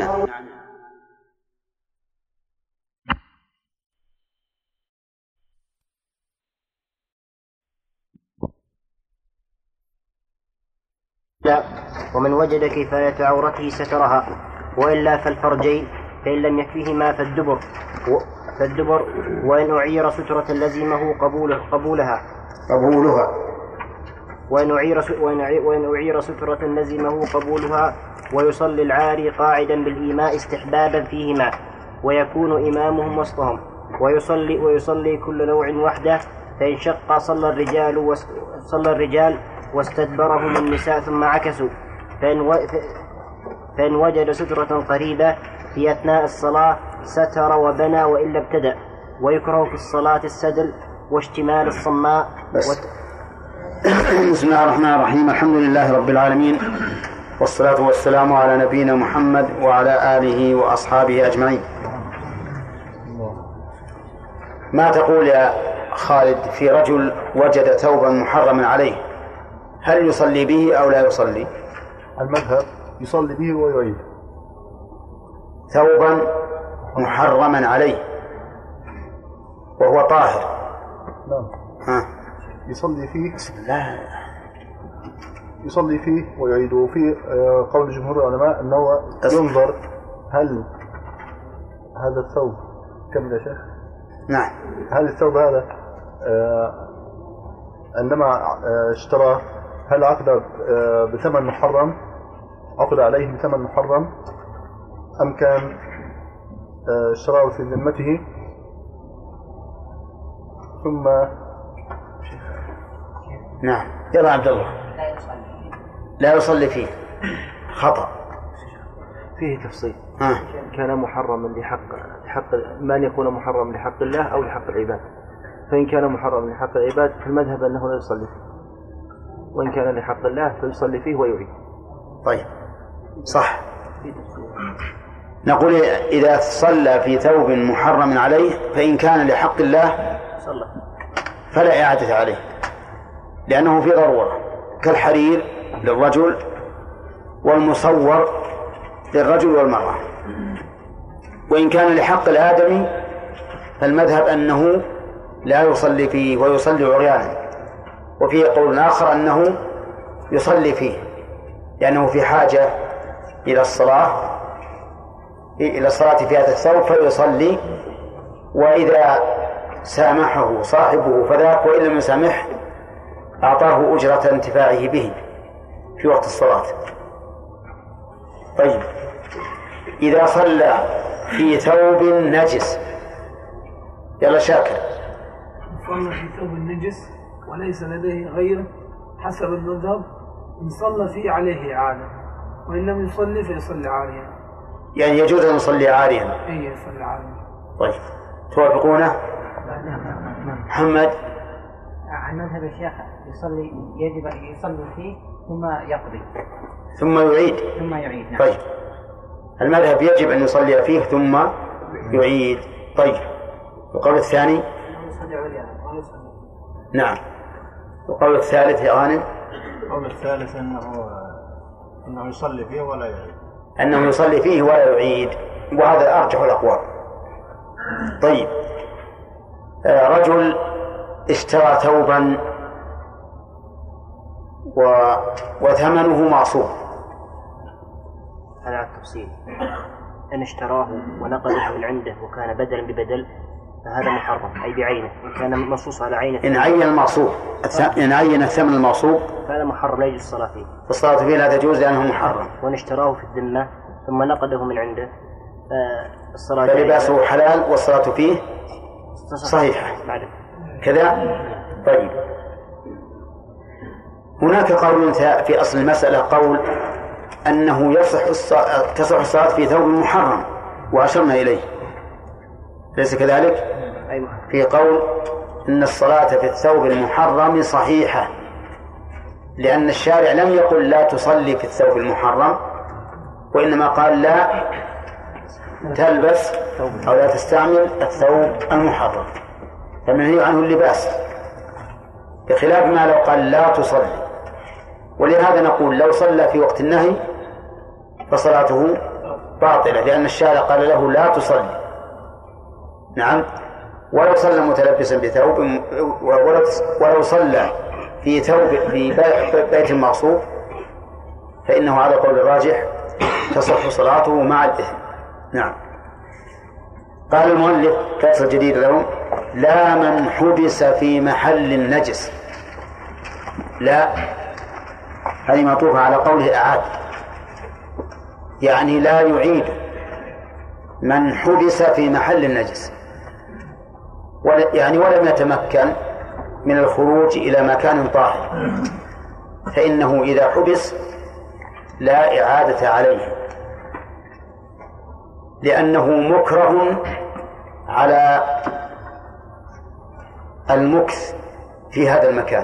ومن وجد كفاية عورته سترها، وإلا فالفرجين، فإن لم يكفهما فالدبر، وإن أعير سترة لزمه قبولها وإن أعير سترة لزمه قبولها، ويصلي العاري قاعدا بالإيماء استحبابا فيهما، ويكون إمامهم وسطهم، ويصلي كل نوع وحده، فإن شق صلى الرجال واستدبرهم النساء ثم عكسوا، فإن وجد سترة قريبة في أثناء الصلاة ستر وبنى وإلا ابتدأ. ويكره في الصلاة السدل واشتمال الصماء. بسم الله الرحمن الرحيم. الحمد لله رب العالمين، والصلاة والسلام على نبينا محمد وعلى آله وأصحابه أجمعين. ما تقول يا خالد في رجل وجد ثوبا محرما عليه، هل يصلي به أو لا يصلي؟ المذهب يصلي به ويعيد. ثوبا محرما عليه وهو طاهر. نعم. يصلي فيه. لا. يصلي فيه ويعيد. وفي قول جمهور العلماء أنه ينظر هل هذا الثوب كم يا شيخ؟ نعم. هل الثوب هذا عندما اشتراه هل عقد بثمن محرم، عقد عليه بثمن محرم، أم كان اشتراه في ذمته ثم. نعم. يلا عبد الله. لا يصلي فيه، خطأ. فيه تفصيل. كان محرما لحق ما أن يكون محرم لحق الله أو لحق العباد. فإن كان محرم لحق العباد فالمذهب أنه لا يصلي فيه، وإن كان لحق الله فيصلي فيه ويعيد. طيب صح. نقول إذا صلى في ثوب محرم عليه فإن كان لحق الله فلا إعادة عليه، لأنه في ضرورة، كالحرير للرجل والمصور للرجل والمرأة. وإن كان لحق الآدمي فالمذهب أنه لا يصلي فيه ويصلي عريانا. وفيه قول آخر أنه يصلي فيه لأنه في حاجة إلى الصلاة في هذا الثوب فيصلي، وإذا سامحه صاحبه فذاك، وإن لم يسامح أعطاه أجرة انتفاعه به في وقت الصلاة. طيب إذا صلى في ثوب نجس، يلا شاكر. صلى في ثوب النجس وليس لديه غيره حسب المذهب إن صلى فيه عليه إعادة، وإن لم يصلي فيصلي عاريا. يعني يجوز أن يصلي عاريا؟ إيه يصلي عاريا. طيب توافقونه؟ محمد. عن مذهب الشيخ يصلي، يجب يصلي فيه ثم يقضي ثم يعيد. نعم. طيب المذهب يجب أن يصلي فيه ثم يعيد. طيب القول الثاني؟ نعم. القول الثالث يا غانم؟ القول الثالث أنه يصلي فيه ولا يعيد. أنه يصلي فيه ولا يعيد، وهذا أرجح الأقوال. طيب رجل اشترى ثوبا وثمنه معصوم. هذا التفصيل. إن اشتراه ونقده من عنده وكان بدلا ببدل فهذا محرم، أي بعينه. إن كان منصوص على عينه، إن عين المعصوب، إن عين الثمن المعصوب فهذا محرم لا يجوز الصلاة فيه. الصلاة فيه لا تجوز لأنه محرم. وإن اشتراه في الذمة ثم نقده من عنده الصلاة فلباسه حلال والصلاة فيه صحيحة كذا. طيب هناك قول في أصل المسألة، قول أنه تصح الصلاة في ثوب محرم وأشرنا إليه، ليس كذلك؟ في قول إن الصلاة في الثوب المحرم صحيحة، لأن الشارع لم يقل لا تصلي في الثوب المحرم، وإنما قال لا تلبس أو لا تستعمل الثوب المحرم، فمنهي عنه اللباس، بخلاف ما لو قال لا تصلي. ولهذا نقول لو صلى في وقت النهي فصلاته باطلة، لأن الشارع قال له لا تصلي. نعم. ولو صلى متلبسا بثوب، ولو صلى في ثوب في بيت المغصوب فإنه على قول الراجح تصح صلاته مع الإثم. نعم. قال المؤلف فصل جديد لهم: لا من حبس في محل النجس. لا هذه معطوفة على قوله أعاد، يعني لا يعيد من حبس في محل النجس، يعني ولم يتمكن من الخروج إلى مكان طاهر، فإنه إذا حبس لا إعادة عليه، لأنه مكره على المكث في هذا المكان،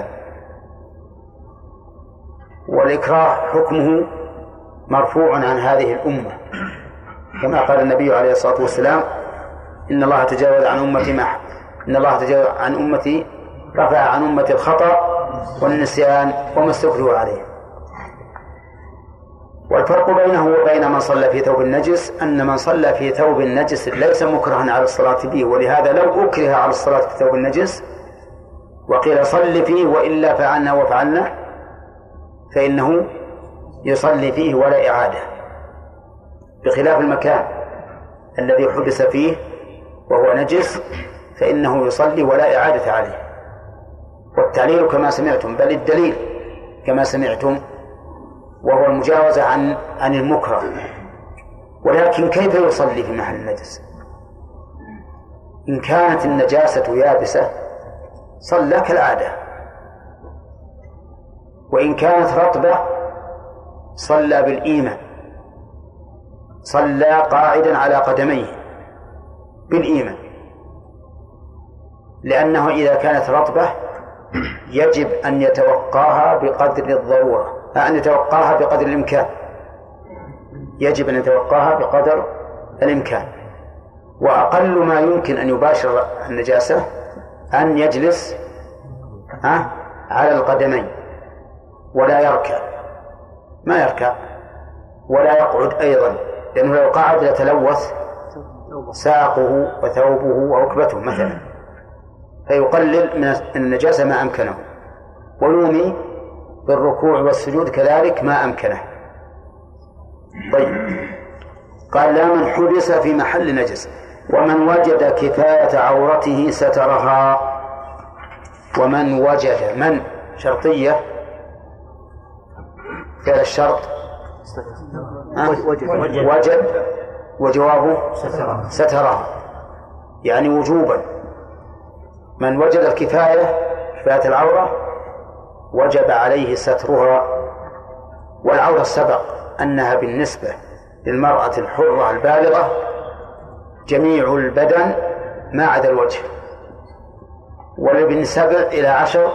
والإكراه حكمه مرفوع عن هذه الأمة، كما قال النبي عليه الصلاة والسلام: إن الله تجاوز عن أمتي إن الله تجاوز عن أمتي رفع عن أمتي الخطأ والنسيان وما استكرهوا عليه. والفرق بينه وبين من صلى في ثوب النجس أن من صلى في ثوب النجس ليس مكرها على الصلاة به، ولهذا لو أكره على الصلاة في ثوب النجس وقيل صل فيه وإلا فعلنا وفعلنا فإنه يصلي فيه ولا إعادة، بخلاف المكان الذي حبس فيه وهو نجس فإنه يصلي ولا إعادة عليه. والتعليل كما سمعتم، بل الدليل كما سمعتم، وهو المجاوزة عن المكره. ولكن كيف يصلي في محل النجس؟ إن كانت النجاسة يابسة صلى كالعادة، وإن كانت رطبة صلى بالإيمان، صلى قاعدا على قدميه بالإيمان، لأنه إذا كانت رطبة يجب أن يتوقاها بقدر الضرورة، أن يتوقاها بقدر الإمكان، يجب أن يتوقاها بقدر الإمكان. وأقل ما يمكن أن يباشر النجاسة أن يجلس على القدمين ولا يركع، ما يركع ولا يقعد أيضا، لأنه لو قعد لتلوث ساقه وثوبه وركبته مثلا، فيقلل من النجاسة ما أمكنه، ويومي بالركوع والسجود كذلك ما أمكنه. طيب، قال لا من حبس في محل نجس ومن وجد كفاية عورته سترها. ومن وجد، من شرطية فعل الشرط وجد وجوابه سترها، يعني وجوبا. من وجد الكفاية كفاية العورة وجب عليه سترها. والعورة سبق أنها بالنسبة للمرأة الحرة البالغة جميع البدن ما عدا الوجه، ولبن 7 إلى 10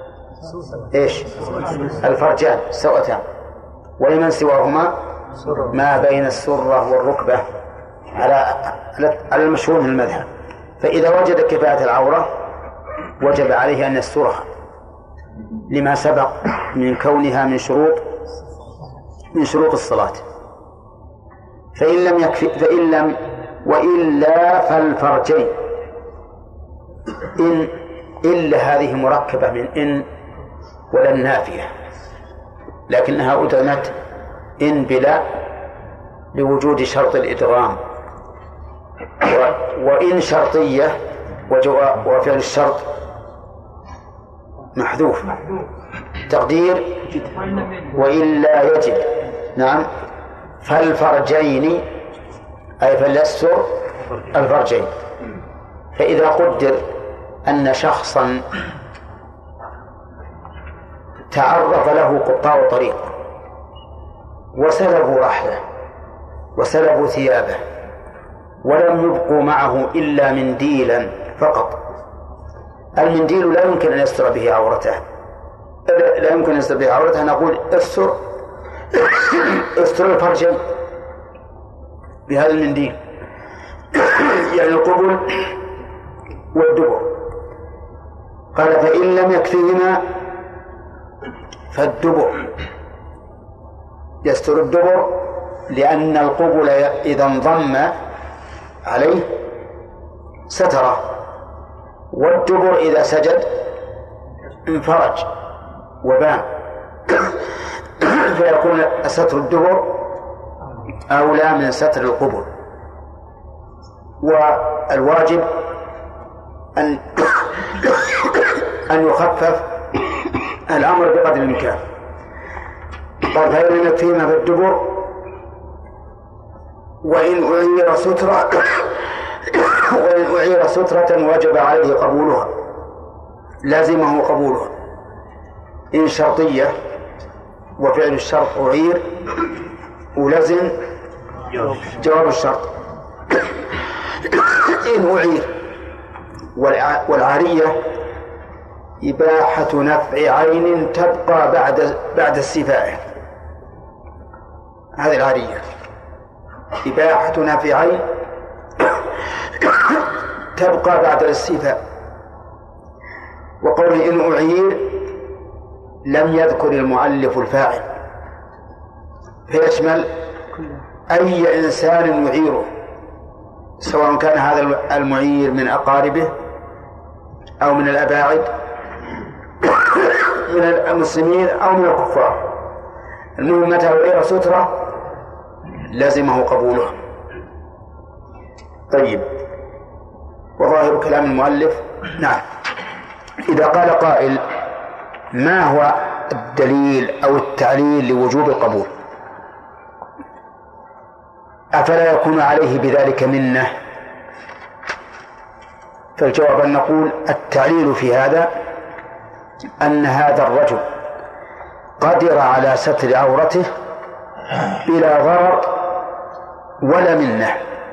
الفرجان سوأتان، ولمن سواهما ما بين السرة والركبة على المشهور من المذهب. فإذا وجد كفاية العورة وجب عليه أن يسترها لما سبق من كونها من شروط الصلاة. فإن لم يكفي وإلا فالفرجين. إلا هذه مركبة من إن ولا النافية، لكنها أدغمت إن بلا لوجود شرط الإدغام، وإن شرطية وفعل الشرط محذوف تقدير وإلا يجب. نعم، فالفرجين أي فليستر الفرجين. فإذا قدر أن شخصا تعرض له قطاع طريق وسلبوا رحله وسلبوا ثيابه ولم يبقوا معه إلا منديلا فقط، المنديل لا يمكن أن يستر به عورته، لا يمكن أن يستر به عورته، نقول استر الفرجين بهذا المنديل، يعني القبل والدبر. قال فإن لم يكفيهما فالدبر، يستر الدبر لأن القبل إذا انضم عليه ستره، والدبر إذا سجد انفرج وبان، فيكون ستر الدبر أولى من ستر القبل. والواجب أن يخفف الأمر بقدر الإمكان. قال فإن لم يكفيهما فالدبر وإن أعير سترة وجب عليه قبولها، لازمه قبولها. إن شرطية وفعل الشرط أعير ولزم جواب الشرط. إن أعير، والعارية إباحة نفع عين تبقى بعد استيفائه، هذه العارية إباحة نفع عين تبقى بعد الاستيفاء. وقول إن أعير لم يذكر المؤلف الفاعل، فيشمل أي إنسان يعيره، سواء كان هذا المعير من أقاربه أو من الأباعد من المسلمين أو من الكفار. المهم متى أعير سترة لازمه قبولها. طيب، وظاهر كلام المؤلف نعم. إذا قال قائل ما هو الدليل أو التعليل لوجوب القبول، أفلا يكون عليه بذلك منة؟ فالجواب أن نقول التعليل في هذا أن هذا الرجل قدر على ستر عورته بلا ضرر ولا منة،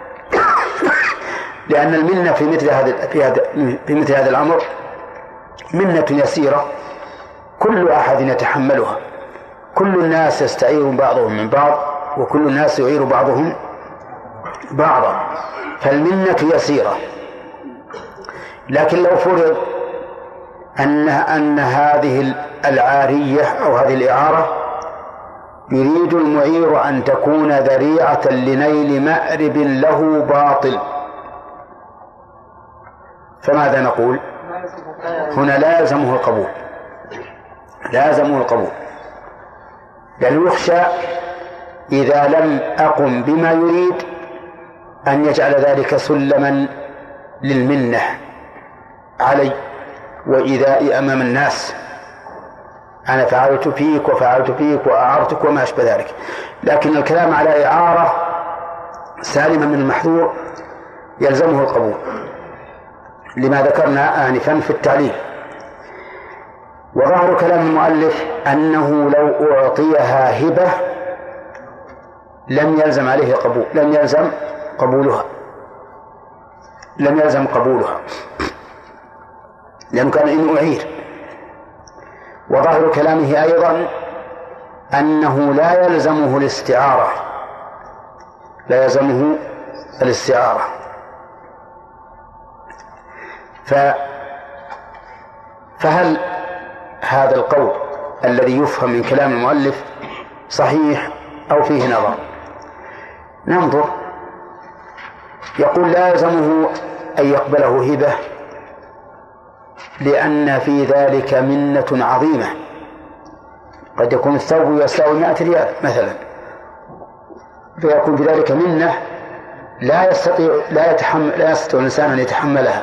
لأن المنة في مثل هذا الأمر منة يسيرة كل أحد يتحملها، كل الناس يستعير بعضهم من بعض وكل الناس يعير بعضهم بعضا، فالمنة يسيرة. لكن لو فرض أن هذه العارية أو هذه الإعارة يريد المعير أن تكون ذريعة لنيل مأرب له باطل، فماذا نقول؟ هنا لا يلزمه القبول، لا يلزمه القبول، لأنه يخشى إذا لم أقم بما يريد أن يجعل ذلك سلما للمنة علي وإيذائي أمام الناس، أنا فعلت فيك وفعلت فيك وأعرتك وما أشبه ذلك. لكن الكلام على إعارة سالمة من المحذور يلزمه القبول لما ذكرنا آنفا في التعليل. وظاهر كلام المؤلف أنه لو أعطيها هبة لم يلزم عليه قبول، لم يلزم قبولها لأنه كان إن أعير. وظاهر كلامه أيضا أنه لا يلزمه الاستعارة، فهل هذا القول الذي يفهم من كلام المؤلف صحيح أو فيه نظر؟ ننظر. يقول لا يلزمه أن يقبله هبة لأن في ذلك منة عظيمة، قد يكون الثوب يساوي 100 ريال مثلا، فيكون في ذلك منة لا يستطيع الإنسان أن يتحملها،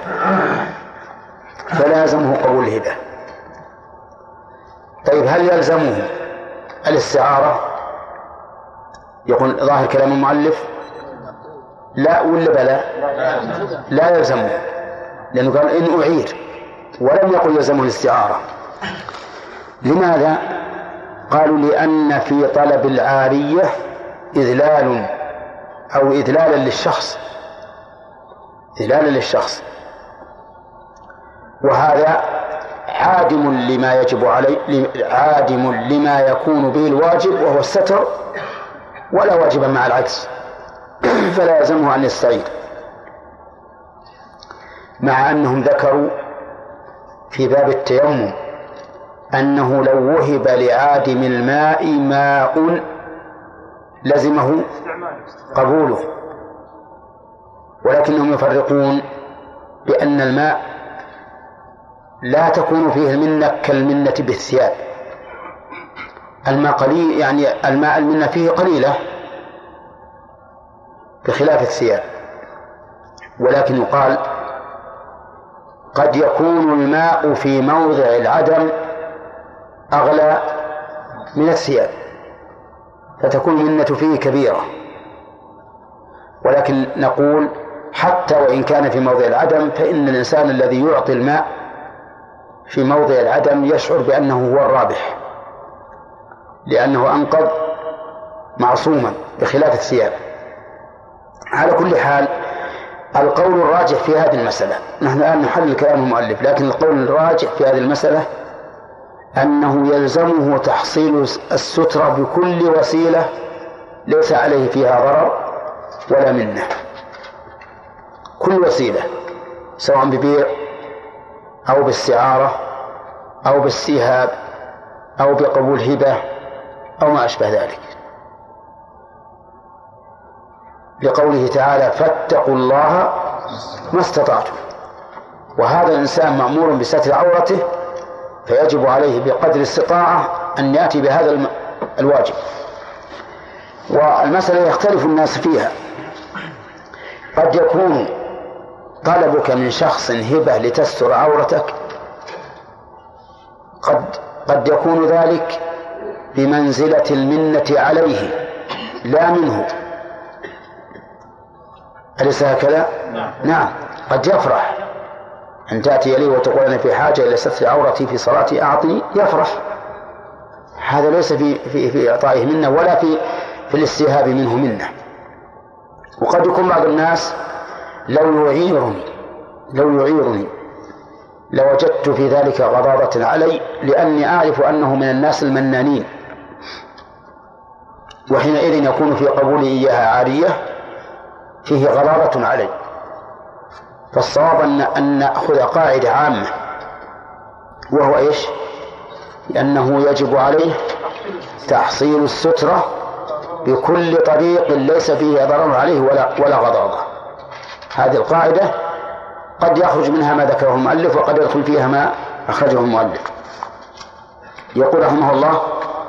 فلا يلزمه قبول الهبة. طيب، هل يلزمه الاستعارة؟ يقول ظاهر كلام المؤلف لا ولا بلا؟ لا يلزمه، لأنه قال إن أعير ولم يقل يلزمه الاستعارة. لماذا؟ قالوا لأن في طلب العارية إذلال أو إذلالا للشخص، وهذا عادم لما يجب عليه، عادم لما يكون به الواجب وهو الستر، ولا واجب مع العكس، فلا يلزمه أن يستعير. مع أنهم ذكروا في باب التيمم أنه لو وهب لعادم الماء ماء لزمه قبوله، ولكنهم يفرقون بأن الماء لا تكون فيه المنة كالمنة بالثياب. الماء قليل، يعني الماء المنة فيه قليلة بخلاف الثياب، ولكن يقال قد يكون الماء في موضع العدم أغلى من الثياب فتكون المنة فيه كبيرة، ولكن نقول حتى وإن كان في موضع العدم فإن الإنسان الذي يعطي الماء في موضع العدم يشعر بأنه هو الرابح، لأنه أنقذ معصوما بخلاف الثياب. على كل حال القول الراجح في هذه المسألة، نحن الآن نحلل كلام المؤلف، لكن القول الراجح في هذه المسألة أنه يلزمه تحصيل السترة بكل وسيلة ليس عليه فيها ضرر ولا منة، كل وسيلة سواء ببيع أو باستعارة أو باستيهاب أو بقبول هبة أو ما أشبه ذلك، لقوله تعالى فاتقوا الله ما استطعتم. وهذا الإنسان مأمور بستر عورته، فيجب عليه بقدر الاستطاعة أن يأتي بهذا الواجب. والمسألة يختلف الناس فيها، قد يكون طلبك من شخص هبة لتستر عورتك قد يكون ذلك بمنزلة المنة عليه لا منه، أليس هكذا؟ نعم، قد يفرح أن تأتي إليه وتقول أنا في حاجة إلى ستر عورتي في صلاتي أعطني، يفرح. هذا ليس في إعطائه منه ولا في الاستيهاب منه منه. وقد يكون بعض الناس لو يعيرني لوجدت في ذلك غضاضة علي، لأني أعرف أنه من الناس المنانين، وحينئذ يكون في قبول إياها عارية فيه غضاضة علي. فالصواب أن نأخذ قاعدة عامة، وهو إيش؟ لأنه يجب عليه تحصيل السترة بكل طريق ليس فيه ضرر عليه ولا غضاضة. هذه القاعدة قد يخرج منها ما ذكره المؤلف، وقد يدخل فيها ما أخرجه المؤلف. يقول رحمه الله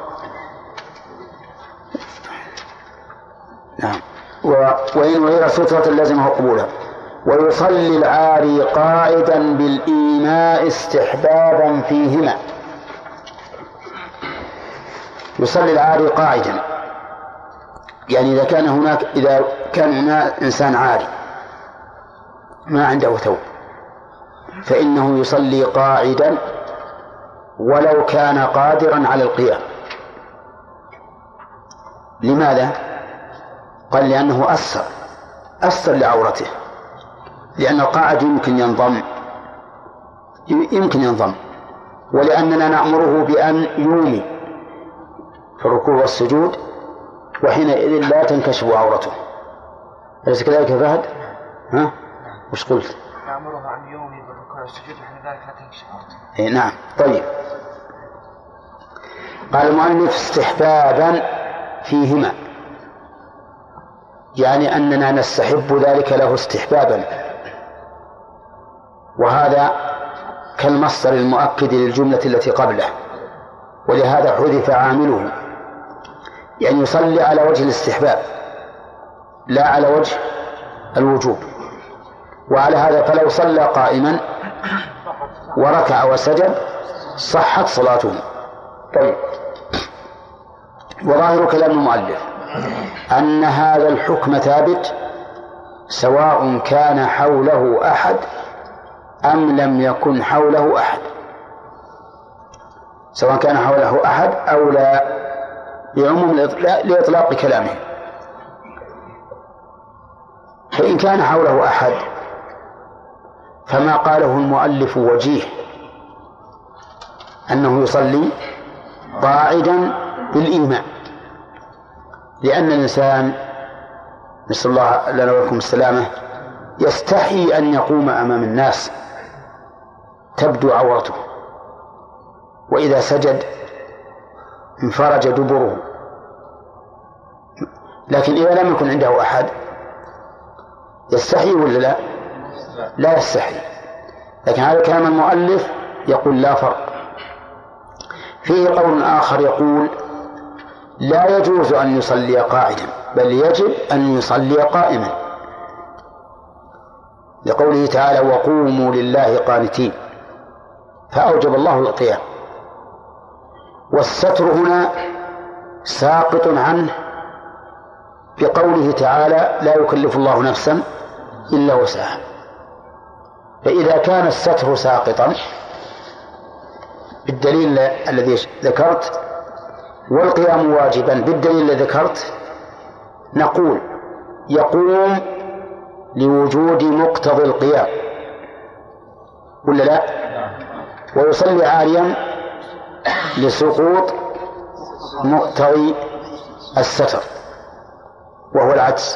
نعم وإن غير سترة لازمه قبولها. ويصلي العاري قاعدا بالإيماء استحبابا فيهما. يصلي العاري قاعدا، يعني إذا كان هناك إنسان عاري ما عنده ثوب فإنه يصلي قاعدا ولو كان قادرا على القيام. لماذا؟ قال لأنه أستر لعورته، لأن القاعد يمكن ينضم، ولأننا نأمره بأن يومي في الركوع والسجود، وحينئذ لا تنكشف عورته. أليس كذلك يا فهد؟ ها؟ وش قلت؟ نأمره أن يومي بالركوع والسجود، وحين ذلك لا تنكشف عورته. إيه نعم. طيب، قال المؤلف استحبابا فيهما، يعني أننا نستحب ذلك له استحبابا، وهذا كالمصدر المؤكد للجملة التي قبله، ولهذا حذف عامله، يعني يصلي على وجه الاستحباب لا على وجه الوجوب. وعلى هذا فلو صلى قائما وركع وسجد صحت صلاته. طيب، وظاهر كلام المؤلف أن هذا الحكم ثابت سواء كان حوله أحد أم لم يكن حوله أحد، سواء كان حوله أحد أو لا، بعموم لإطلاق كلامه. فإن كان حوله أحد فما قاله المؤلف وجيه، أنه يصلي قاعدا بالإيمان، لأن الإنسان نسأل الله لنا ولكم السلامة يستحي أن يقوم أمام الناس تبدو عورته، وإذا سجد انفرج دبره. لكن إذا لم يكن عنده أحد يستحي ولا لا يستحي. لكن هذا كلام المؤلف يقول لا فرق. فيه قول آخر يقول لا يجوز أن يصلي قاعدا، بل يجب أن يصلي قائما، لقوله تعالى وقوموا لله قانتين، فأوجب الله القيام. والستر هنا ساقط عنه بقوله تعالى لا يكلف الله نفسا إلا وسعها. فإذا كان الستر ساقطا بالدليل الذي ذكرت والقيام واجبا بالدليل الذي ذكرت، نقول يقوم لوجود مقتضى القيام ولا لا؟ ويصلي عاريا لسقوط مقتضي الستر وهو العجز.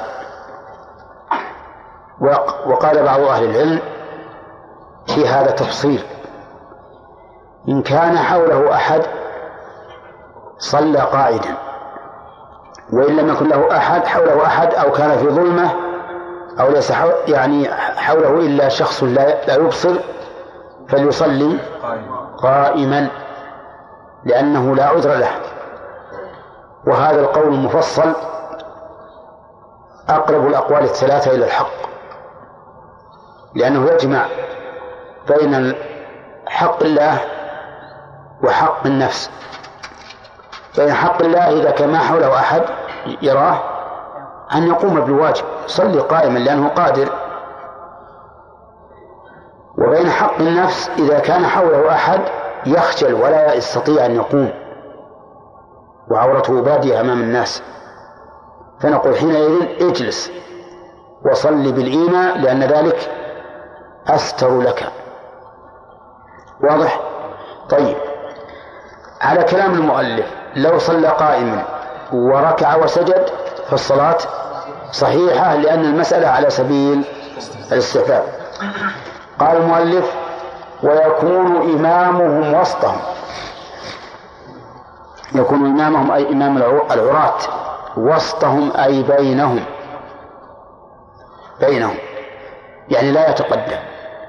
وقال بعض أهل العلم في هذا تفصيل، إن كان حوله أحد صلى قاعدا، وإن لم يكن له أحد حوله أحد أو كان في ظلمة أو ليس يعني حوله إلا شخص لا يبصر فليصلي قائما لأنه لا عذر له. وهذا القول المفصل أقرب الأقوال الثلاثة إلى الحق، لأنه يجمع بين حق الله وحق النفس. بين حق الله إذا كان ما حوله أحد يراه أن يقوم بالواجب يصلي قائما لأنه قادر، وبين حق النفس إذا كان حوله أحد يخجل ولا يستطيع أن يقوم وعورته بادية أمام الناس، فنقول حينئذ اجلس وصل بالإيماء لأن ذلك أستر لك. واضح؟ طيب، على كلام المؤلف لو صلى قائما وركع وسجد فالصلاة صحيحة لأن المسألة على سبيل الاستحباب. قال المؤلف ويكون إمامهم وسطهم. يكون إمامهم أي إمام العراة، وسطهم أي بينهم يعني لا يتقدم.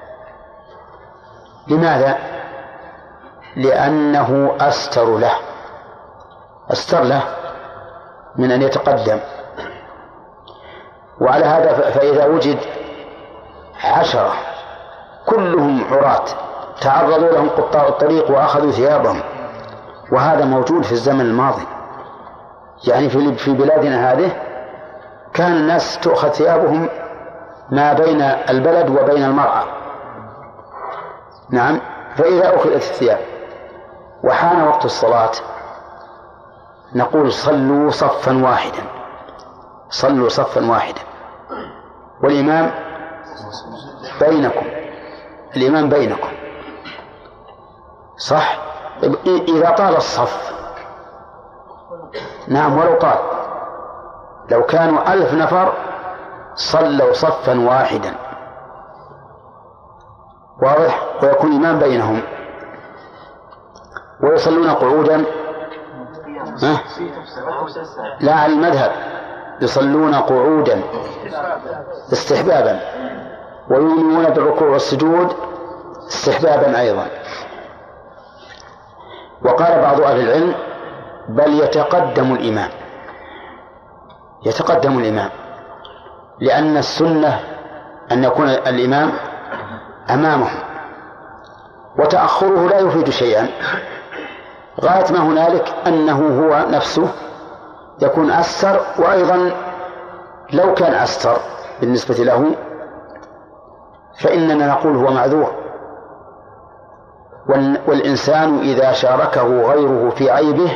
لماذا؟ لأنه أستر له من أن يتقدم. وعلى هذا فإذا وجد 10 كلهم عراة تعرضوا لهم قطاع الطريق وأخذوا ثيابهم، وهذا موجود في الزمن الماضي، يعني في بلادنا هذه كان الناس تأخذ ثيابهم ما بين البلد وبين المرأة. نعم، فإذا أخذت الثياب وحان وقت الصلاة نقول صلوا صفا واحدا والإمام بينكم. صح؟ إذا طال الصف، نعم، ولو طال، لو كانوا 1000 نفر صلوا صفا واحدا. واضح؟ ويكون إمام بينهم ويصلون قعودا. لا، على المذهب يصلون قعودا استحبابا، ويؤمنون بالركوع والسجود استحبابا أيضا. وقال بعض أهل العلم بل يتقدم الإمام لأن السنة أن يكون الإمام أمامهم، وتأخره لا يفيد شيئا، غاية ما هنالك أنه هو نفسه يكون أستر، وأيضا لو كان أستر بالنسبة له فإننا نقول هو معذور، والإنسان إذا شاركه غيره في عيبه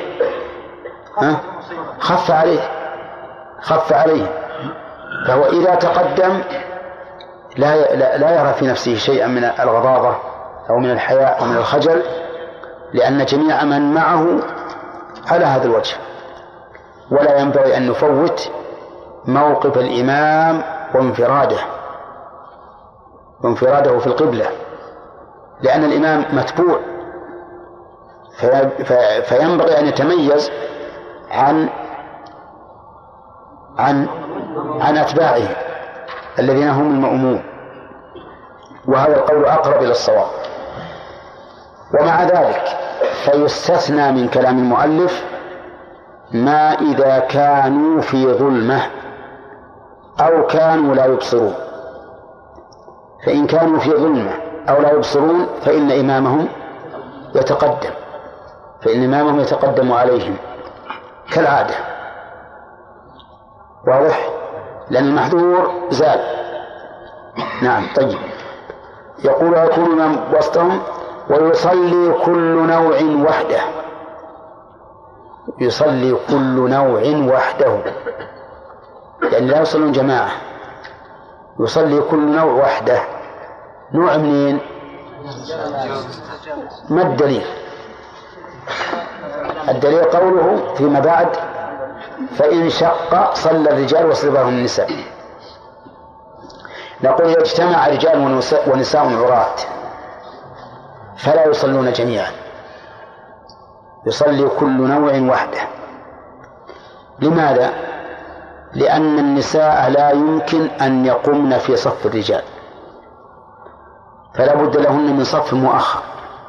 خف عليه، فهو إذا تقدم لا يرى في نفسه شيئا من الغضاضة أو من الحياء أو من الخجل، لأن جميع من معه على هذا الوجه. ولا ينبغي أن نفوت موقف الإمام وانفراده في القبلة، لأن الإمام متبوع، فينبغي أن يتميز عن أتباعه الذين هم المأموم، وهذا القول أقرب إلى الصواب. ومع ذلك فيستثنى من كلام المؤلف ما إذا كانوا في ظلمة أو كانوا لا يبصرون، فإن كانوا في ظلمة أو لا يبصرون فإن إمامهم يتقدم عليهم كالعادة. واضح؟ لأن المحذور زال. نعم. طيب، يقول يكون إمام وسطهم ويصلي كل نوع وحده، يعني لا يصلون جماعة، يصلي كل نوع وحده. نوع منين؟ ما الدليل؟ الدليل قوله فيما بعد فإن شق صلى الرجال وصلبهم النساء. نقول إذا اجتمع رجال ونساء عراة فلا يصلون جميعا، يصلي كل نوع وحده. لماذا؟ لأن النساء لا يمكن أن يقمن في صف الرجال، فلا بد لهن من صف مؤخر،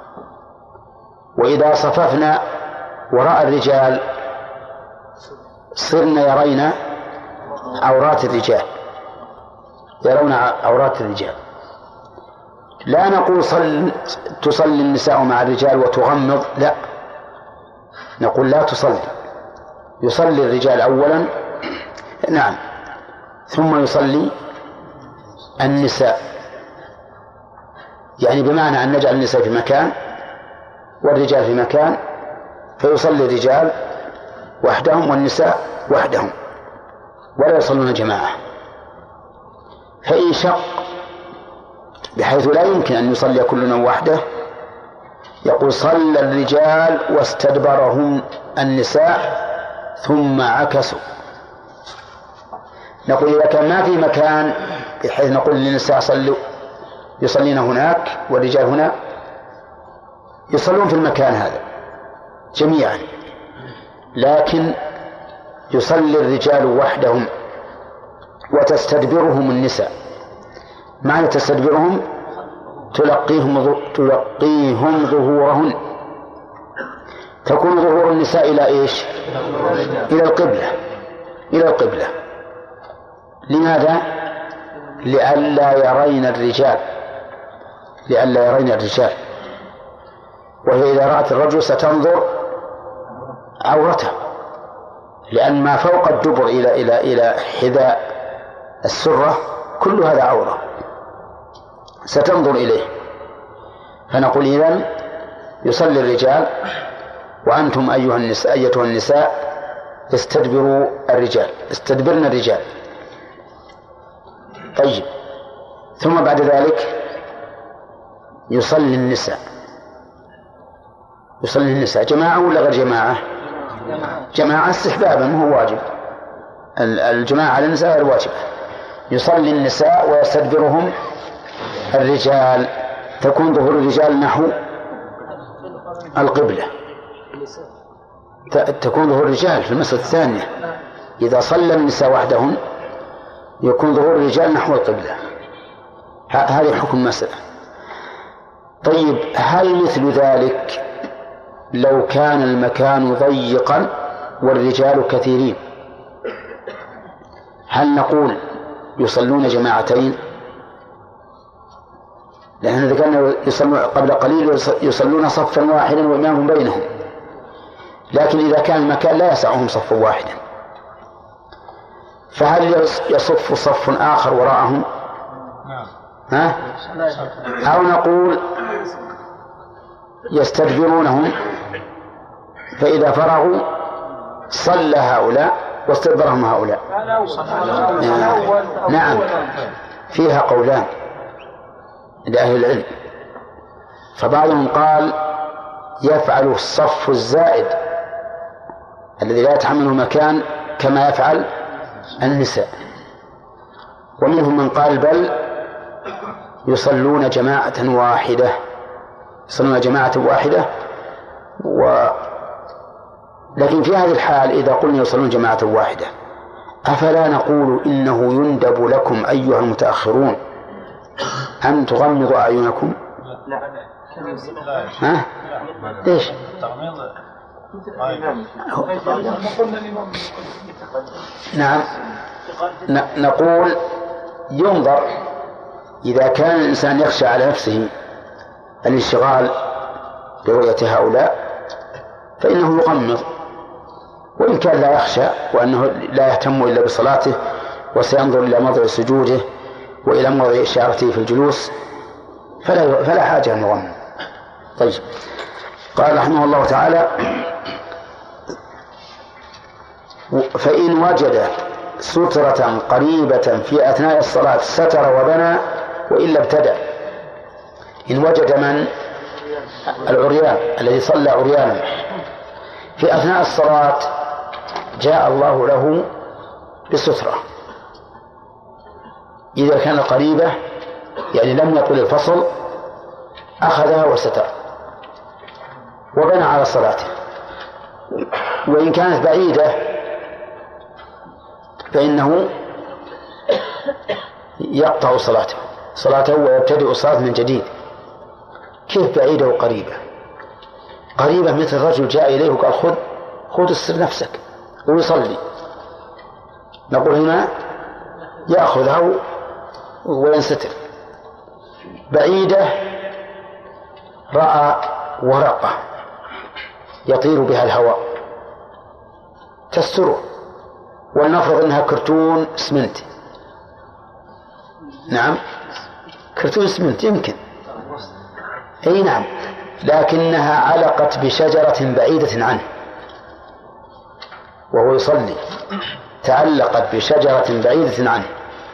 وإذا صففنا وراء الرجال صرنا يرين عورات الرجال، يرون عورات الرجال. لا نقول تصلي النساء مع الرجال وتغمض، لا، نقول لا تصلي، يصلي الرجال أولا، نعم، ثم يصلي النساء، يعني بمعنى أن نجعل النساء في مكان والرجال في مكان، فيصلي الرجال وحدهم والنساء وحدهم ولا يصلون جماعة. فإن شق بحيث لا يمكن أن يصلي كلنا وحده، يقول صلى الرجال واستدبرهم النساء ثم عكسوا. نقول إذا كان ما في مكان بحيث نقول للنساء صلوا، يصلين هناك والرجال هنا، يصلون في المكان هذا جميعا، لكن يصلي الرجال وحدهم وتستدبرهم النساء. معنى تستدبرهم تلقيهم ظهورهن، تكون ظهور النساء إلى إيش؟ إلى القبلة، إلى القبلة. لماذا؟ لئلا يرين الرجال، لئلا يرين الرجال، وهي إذا رأت الرجل ستنظر عورته، لأن ما فوق الدبر إلى حذاء السرة كل هذا عورة ستنظر إليه. فنقول إذن يصلي الرجال وأنتم أيتها النساء استدبروا الرجال، استدبرنا الرجال. طيب، ثم بعد ذلك يصلي النساء. يصلي النساء جماعة ولا غير جماعة؟ جماعة استحبابا، ما هو واجب. الجماعة على النساء غير واجبة. يصلي النساء ويستدبرهم الرجال، تكون ظهور الرجال نحو القبلة، تكون ظهور الرجال في المسألة الثانية. إذا صلى النساء وحدهن يكون ظهور الرجال نحو القبلة. هذه حكم المسألة. طيب، هل مثل ذلك لو كان المكان ضيقا والرجال كثيرين، هل نقول يصلون جماعتين؟ لأن ذكرنا يصلون قبل قليل يصلون صفا واحدا وإمامهم بينهم، لكن إذا كان المكان لا يسعهم صف واحدا، فهل يصف صف آخر وراءهم؟ ها؟ أو نقول يستدبرونهم، فإذا فرغوا صلى هؤلاء واستدبرهم هؤلاء. نعم، فيها قولان لأهل العلم. فبعضهم قال يفعل الصف الزائد الذي لا يتحمله مكان كما يفعل النساء، ومنهم من قال بل يصلون جماعة واحدة، يصلون جماعة واحدة. لكن في هذه الحال إذا قلنا يصلون جماعة واحدة، أفلا نقول إنه يندب لكم أيها المتأخرون أن تغمضوا أعينكم؟ ها؟ ليش؟ نعم، نقول ينظر إذا كان الإنسان يخشى على نفسه الانشغال برؤية هؤلاء فإنه يغمض، وإن كان لا يخشى وأنه لا يهتم إلا بصلاته وسينظر إلى موضع سجوده وإلى موضع إشارته في الجلوس فلا حاجة أن يغمض. طيب، قال رحمه الله تعالى فإن وجد سترة قريبة في أثناء الصلاة ستر وبنى وإلا ابتدأ. إن وجد من العريان الذي صلى عريانا في أثناء الصلاة جاء الله له بالسترة، إذا كان قريبة يعني لم يطل الفصل أخذها وستر وبنى على صلاته. وإن كانت بعيدة فإنه يقطع صلاته ويبتدئ الصلاة من جديد. كيف بعيدة وقريبة؟ قريبة مثل رجل جاء إليه وقال خذ السر نفسك ويصلي، نقول هنا يأخذها وينستر. بعيدة رأى ورقة يطير بها الهواء تستره، ولنفرض أنها كرتون اسمنت. نعم كرتون اسمنت يمكن، أي نعم، لكنها علقت بشجرة بعيدة عنه وهو يصلي، تعلقت بشجرة بعيدة عنه،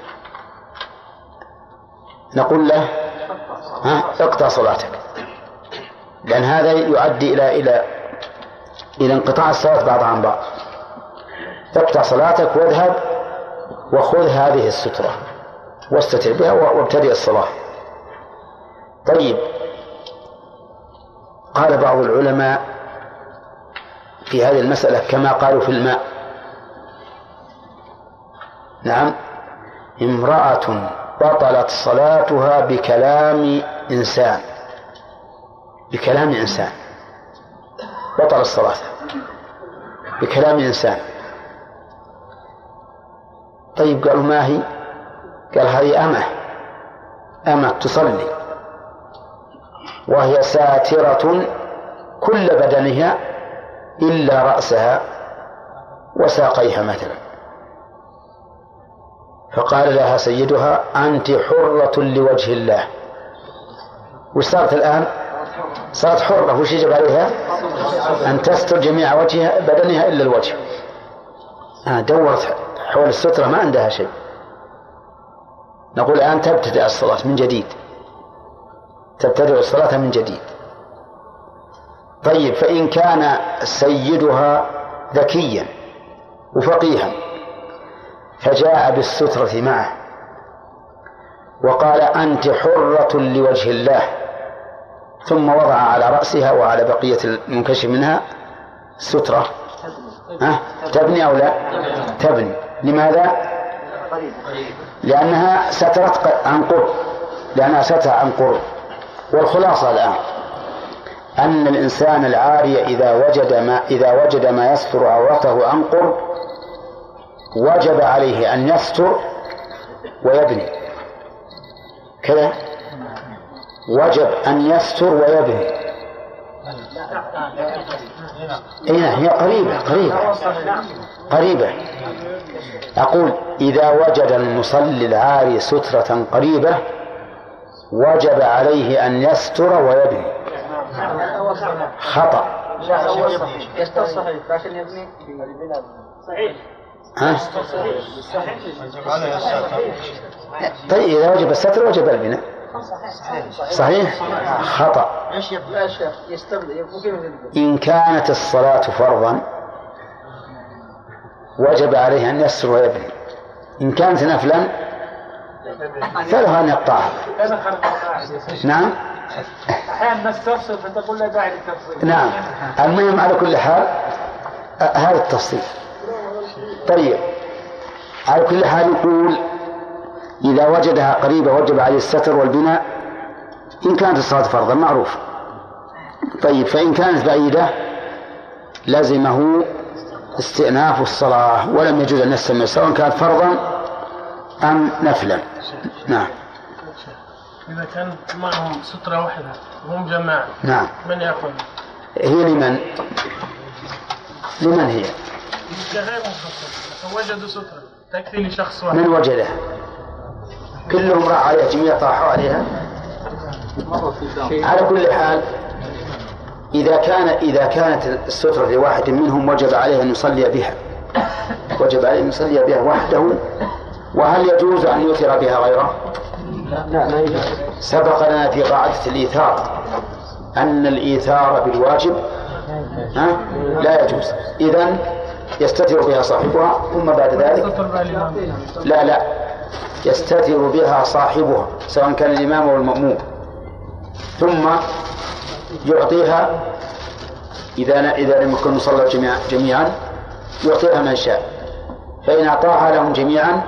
نقول له اقطع صلاتك، لأن هذا يؤدي إلى انقطاع الصلاة بعضها عن بعض. اقطع صلاتك واذهب وخذ هذه السترة واستتر بها وابتدئ الصلاة. طيب، قال بعض العلماء في هذه المسألة كما قالوا في الماء. نعم، امرأة بطلت صلاتها بكلام إنسان، بطل الصلاة بكلام إنسان. طيب قالوا ما هي؟ قال هذه أمة تصلي وهي ساترة كل بدنها إلا رأسها وساقيها مثلا، فقال لها سيدها أنت حرة لوجه الله. وش صارت الآن؟ صارت حرة. وش يجب عليها؟ أن تستر جميع وجهها بدنها إلا الوجه. دورت حول السترة ما عندها شيء. نقول الآن تبتدئ الصلاة من جديد. طيب، فإن كان سيدها ذكيا وفقيها فجاء بالسترة معه وقال أنت حرة لوجه الله، ثم وضع على رأسها وعلى بقية المنكشف منها سترة، تبني أو لا تبني؟ لماذا؟ لأنها سترت عن قرب. والخلاصة الآن أن الإنسان العاري إذا وجد ما يستر عورته عن قرب وجب عليه أن يستر ويبني. كذا وجب أن يستر ويبني. هي قريبة. أقول إذا وجد المصلي العاري سترة قريبة وجب عليه أن يستر ويبني. خطأ. طيب، إذا وجب الستر وجب البناء. صحيح. خطأ. إن كانت الصلاة فرضا وجب عليه أن يستر ويبني. إن كانت نفلا فله أن يقطعها. نعم، أحيانا نستفسر فتقول لا داعي للتفصيل. نعم، المهم على كل حال هذا التفصيل. طيب، على كل حال يقول إذا وجدها قريبة وجب عليه الستر والبناء إن كانت الصلاة فرضا معروف. طيب، فإن كانت بعيدة لازمه استئناف الصلاة ولم يجوز أن يستمر سواء كانت فرضا أم نفلا. نعم. إذا كان معهم سترة واحدة وهم جماعة، نعم، من يأخذ؟ هي لمن هي؟ غير مخصص، وجدوا سترة تكفي لشخص واحد. من وجده؟ كلهم راح عليها، جميع طاحوا عليها. على كل حال إذا كانت السترة لواحد منهم وجب عليه أن يصلي بها وحده. وهل يجوز أن يؤثر بها غيره؟ لا يجوز. سبق لنا في قاعدة الإيثار أن الإيثار بالواجب لا يجوز. إذن يستتر بها صاحبها ثم بعد ذلك لا يستتر بها صاحبها سواء كان الإمام أو المأموم، ثم يعطيها إذا لم يكن صلوا جميعا يعطيها من شاء، فإن أعطاها لهم جميعا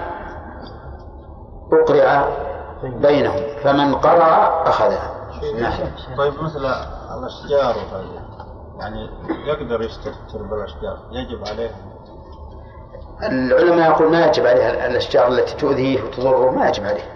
أقرع بينهم، فمن قرأ أخذها. طيب مثل الأشجار وهذه يعني يقدر يستتر بالأشجار، يجب عليه؟ العلماء يقول ما يجب عليه الأشجار التي تؤذيه وتضره، ما يجب عليه.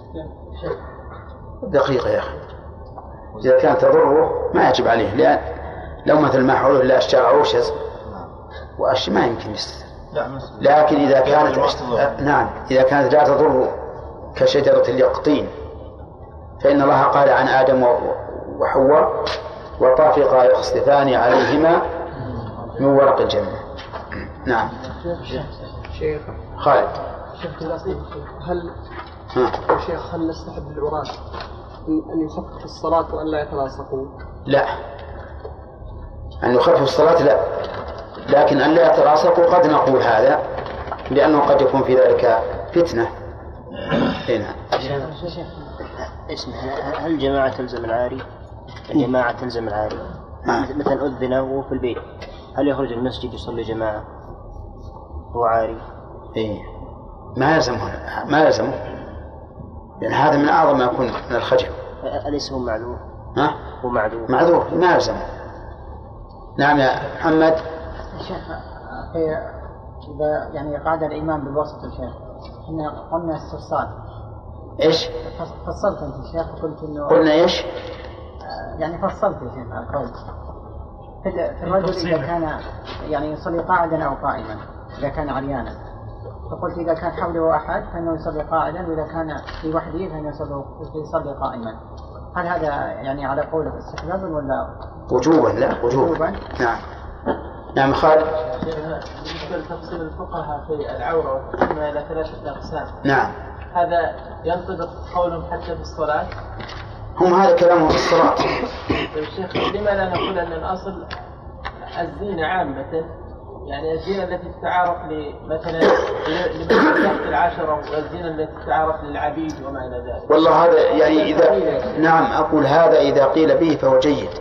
دقيقة يا أخي، إذا كانت تضره ما يجب عليه، لأن لو مثل ما حوله إلا أشجار عوشز وأشياء ما يمكن يستتر. لكن إذا كانت إذا كانت لا تضره كشجرة اليقطين، فإن الله قال عن آدم وحواء وطافقا يخصفان عليهما من ورق الجنة. نعم. شيخ خالد، هل نستحب للعراة أن يخفف الصلاة وأن لا يتلاصقوا؟ لا، أن يخفف الصلاة لا، لكن أن لا يتلاصقوا قد نقول هذا، لأنه قد يكون في ذلك فتنة. هنا اسمح، هل الجماعة تلزم العاري؟ الجماعة تلزم العاري مثلا أذن وهو في البيت، هل يخرج المسجد يصلي جماعة هو عاري؟ إيه، ما يلزمه، لأن هذا من أعظم ما يكون من الخجل. أليس هو معذور؟ هو معذور ما يلزمه. نعم يا محمد. شيخ، إذا يعني قعد الإمام بالوسط يا شيخ، إحنا قلنا استفسار. إيش؟ فصلت أنت يا شيخ وقلت إنه قلنا إيش؟ يعني فصلت يا شيخ على القول في الرجل إذا كان يعني يصلي قاعدا أو قائما إذا كان عريانا، فقلت إذا كان حوله أحد فإنه يصلي قاعدا، وإذا كان في وحده فإنه يصلي قائما. هل هذا يعني على قولك استحبابا ولا وجوبا؟ لا، وجوبا. نعم خالد. بالنسبة لتفصيل الفقهاء في العورة وتقسيمها إلى 3 أقسام، نعم، هذا ينطبق قولهم حتى في الصلاة؟ هم هذا كلامهم في الصلاة. طيب الشيخ، لما لا نقول أن الأصل الزينة عامة، يعني الزينة التي تتعارف مثلا لمن تحت العشرة، والزينة التي تتعارف للعبيد وما إلى ذلك؟ والله هذا يعني نعم أقول هذا إذا قيل به فهو جيد.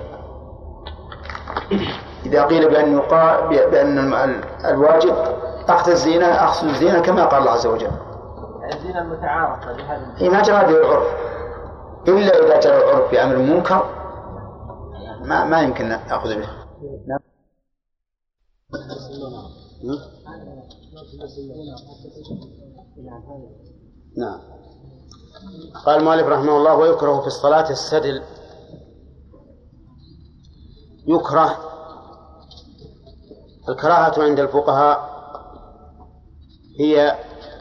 إذا قيل بأن الواجب أخذ الزينة كما قال الله عز وجل، الزينة المتعارفة بهذا ما جرى به العرف، إلا إذا جرى العرف بأمر منكر ما يمكن نأخذ به. نعم. قال المؤلف رحمه الله: ويكره في الصلاة السدل. يكره، الكراهة عند الفقهاء هي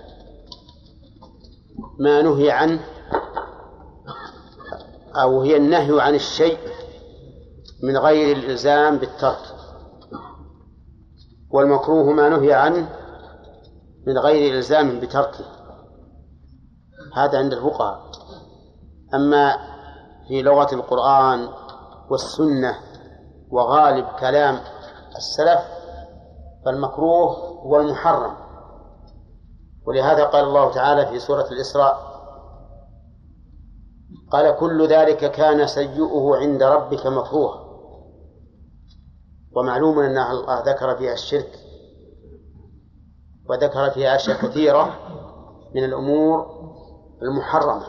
ما نهي عنه، أو هي النهي عن الشيء من غير الإلزام بالترك، والمكروه ما نهي عنه من غير إلزام بتركه، هذا عند الفقهاء. أما في لغة القرآن والسنة وغالب كلام السلف فالمكروه هو المحرم، ولهذا قال الله تعالى في سورة الإسراء: قال كل ذلك كان سيئه عند ربك مكروه. ومعلوم أن الله ذكر فيها الشرك وذكر فيها أشياء كثيرة من الأمور المحرمة،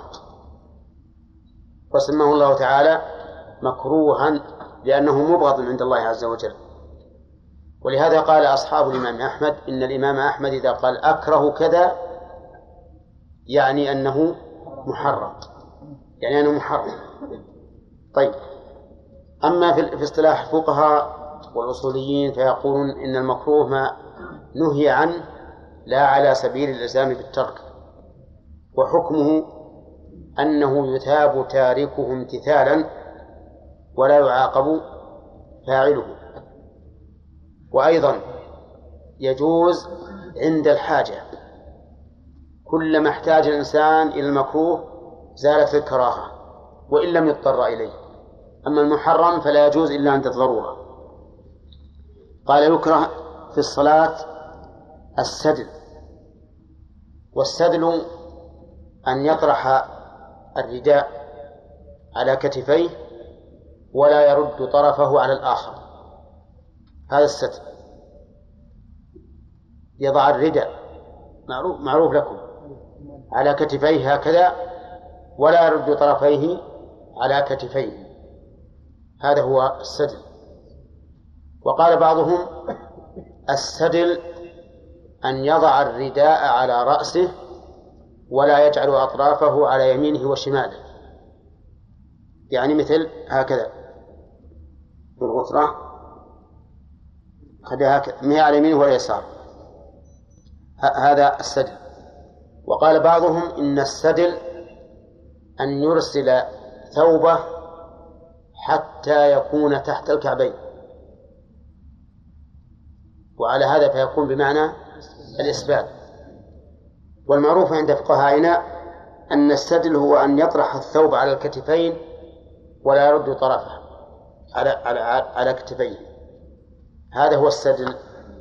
وسماه الله تعالى مكروها لأنه مبغض عند الله عز وجل. ولهذا قال أصحاب الإمام أحمد إن الإمام أحمد إذا قال أكره كذا يعني أنه محرم، يعني أنه محرم. طيب، أما في اصطلاح الفقهاء والأصوليين فيقولون إن المكروه ما نهي عنه لا على سبيل الإلزام بالترك، وحكمه أنه يثاب تاركه امتثالا ولا يعاقب فاعله. وأيضا يجوز عند الحاجة، كلما احتاج الإنسان إلى المكروه زالت الكراهة وإن لم يضطر إليه. أما المحرم فلا يجوز إلا عند الضرورة. قال يكره في الصلاة السدل، والسدل أن يطرح الرداء على كتفيه ولا يرد طرفه على الآخر، هذا الستر، يضع الرداء معروف لكم على كتفيه هكذا ولا يرد طرفيه على كتفيه، هذا هو السدل. وقال بعضهم السدل أن يضع الرداء على رأسه ولا يجعل أطرافه على يمينه وشماله، يعني مثل هكذا بالغطرة خليها هكذا ما هي على يمينه ولا يسار، هذا السدل. وقال بعضهم إن السدل أن يرسل ثوبه حتى يكون تحت الكعبين، وعلى هذا فيكون بمعنى الإسبال. والمعروف عند فقهائنا أن السدل هو أن يطرح الثوب على الكتفين ولا يرد طرفه على كتفيه، هذا هو السدل.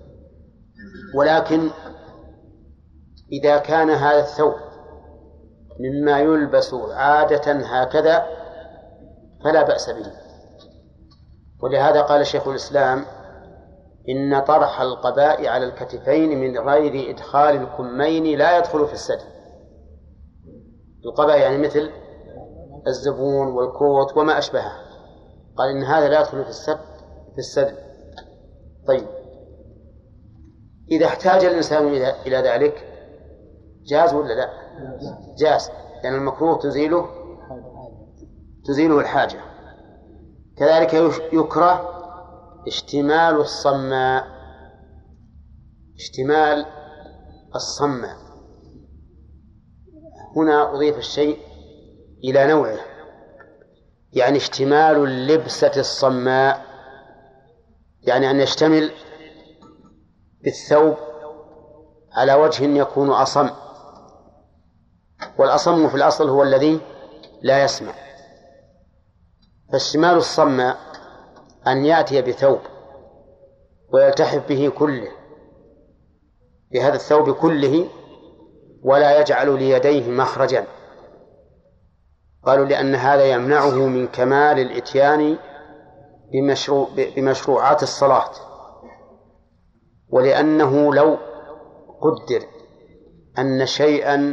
ولكن إذا كان هذا الثوب مما يلبس عادة هكذا فلا بأس به. ولهذا قال شيخ الإسلام إن طرح القباء على الكتفين من غير إدخال الكمين لا يدخل في السدل. القباء يعني مثل الزبون والكوت وما أشبهه، قال إن هذا لا يدخل في السدل. طيب إذا احتاج الإنسان إلى ذلك جاز ولا لا؟ جاز، لأن المكروه تزيله الحاجة. كذلك يكره اشتمال الصماء. هنا أضيف الشيء إلى نوعه، يعني اشتمال اللبسة الصماء، يعني أن يشتمل بالثوب على وجه يكون أصم، والأصم في الأصل هو الذي لا يسمع. فاشتمال الصماء أن يأتي بثوب ويلتحف به كله، بهذا الثوب كله، ولا يجعل ليديه مخرجا. قالوا لأن هذا يمنعه من كمال الإتيان بمشروعات الصلاة، ولأنه لو قدر أن شيئا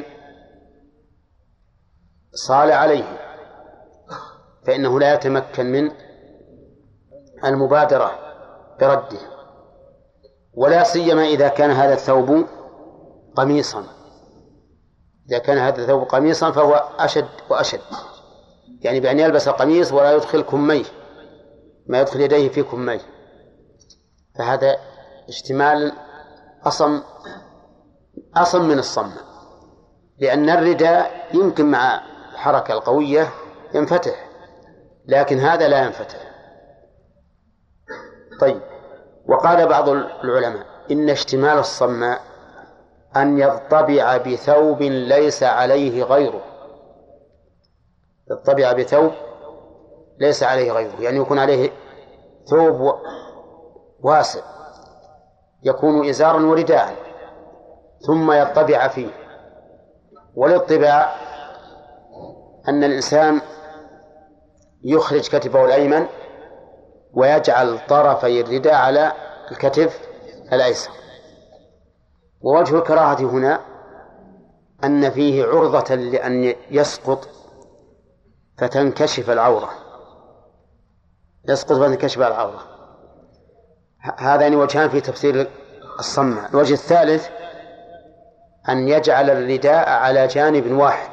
صال عليه فإنه لا يتمكن من المبادرة برده، ولا سيما إذا كان هذا الثوب قميصا. إذا كان هذا الثوب قميصا فهو أشد وأشد، يعني بأن يلبس القميص ولا يدخل كميه، ما يدخل يديه في كميه، فهذا اشتمال أصم من الصم، لأن الرداء يمكن مع الحركة القوية ينفتح، لكن هذا لا ينفتح. طيب، وقال بعض العلماء إن اشتمال الصماء أن يطبع بثوب ليس عليه غيره، يطبع بثوب ليس عليه غيره، يعني يكون عليه ثوب واسع يكون إزارا ورداء ثم يطبع فيه. والاطباع أن الإنسان يخرج كتفه الأيمن ويجعل طرفي الرداء على الكتف الأيسر. ووجه الكراهة هنا أن فيه عرضة لأن يسقط فتنكشف العورة، هذان وجهان في تفسير الصماء. الوجه الثالث أن يجعل الرداء على جانب واحد،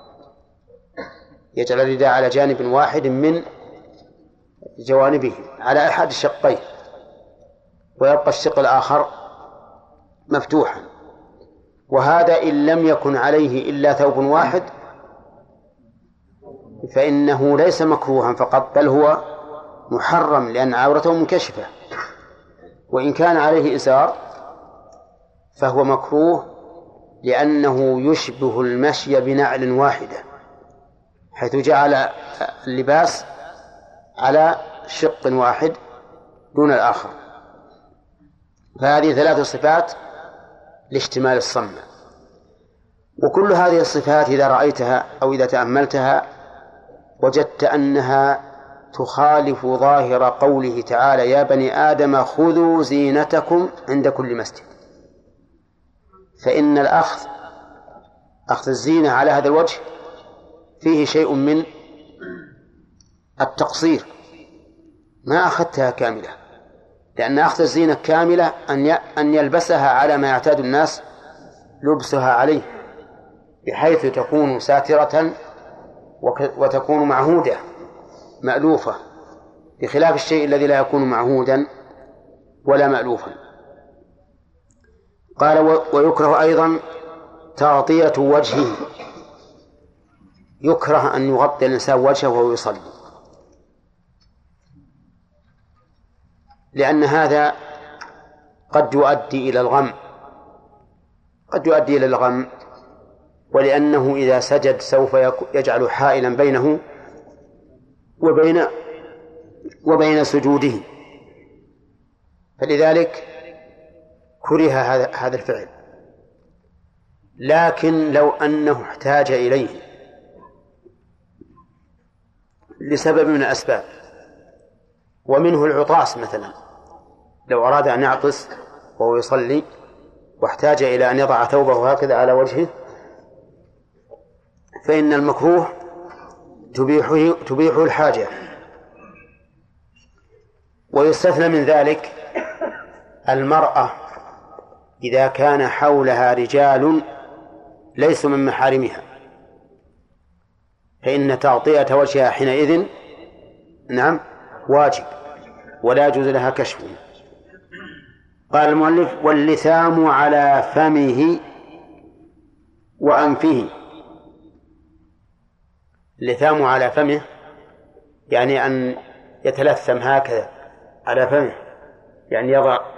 يجعل الرداء على جانب واحد من جوانبه على أحد الشقين، ويبقى الشق الآخر مفتوحا. وهذا إن لم يكن عليه إلا ثوب واحد فإنه ليس مكروها فقط، بل هو محرم لأن عورته منكشفة. وإن كان عليه إزار فهو مكروه لأنه يشبه المشي بنعل واحدة، حيث جعل اللباس على شق واحد دون الآخر. فهذه 3 صفات لاشتمال الصماء. وكل هذه الصفات إذا رأيتها أو إذا تأملتها وجدت أنها تخالف ظاهر قوله تعالى: يا بني آدم خذوا زينتكم عند كل مسجد. فإن أخذ الزينة على هذا الوجه فيه شيء من التقصير، ما أخذتها كاملة، لأن أخذ الزينة كاملة أن يلبسها على ما يعتاد الناس لبسها عليه، بحيث تكون ساترة وتكون معهودة مألوفة، بخلاف الشيء الذي لا يكون معهودا ولا مألوفا. قال: ويكره أيضا تغطية وجهه، يكره أن يغطي الإنسان وجهه وهو يصلي، لأن هذا قد يؤدي إلى الغم، ولأنه إذا سجد سوف يجعل حائلا بينه وبين سجوده، فلذلك كره هذا الفعل. لكن لو أنه احتاج إليه لسبب من الأسباب، ومنه العطاس مثلا، لو أراد أن يعطس وهو يصلي واحتاج إلى أن يضع ثوبه هكذا على وجهه، فإن المكروه تبيحه الحاجة. ويستثنى من ذلك المرأة إذا كان حولها رجال ليسوا من محارمها، فإن تغطية وجهها حينئذ واجب، ولا يجوز لها كشفه. قال المؤلف: واللثام على فمه وأنفه. اللثام على فمه يعني أن يتلثم هكذا على فمه، يعني يضع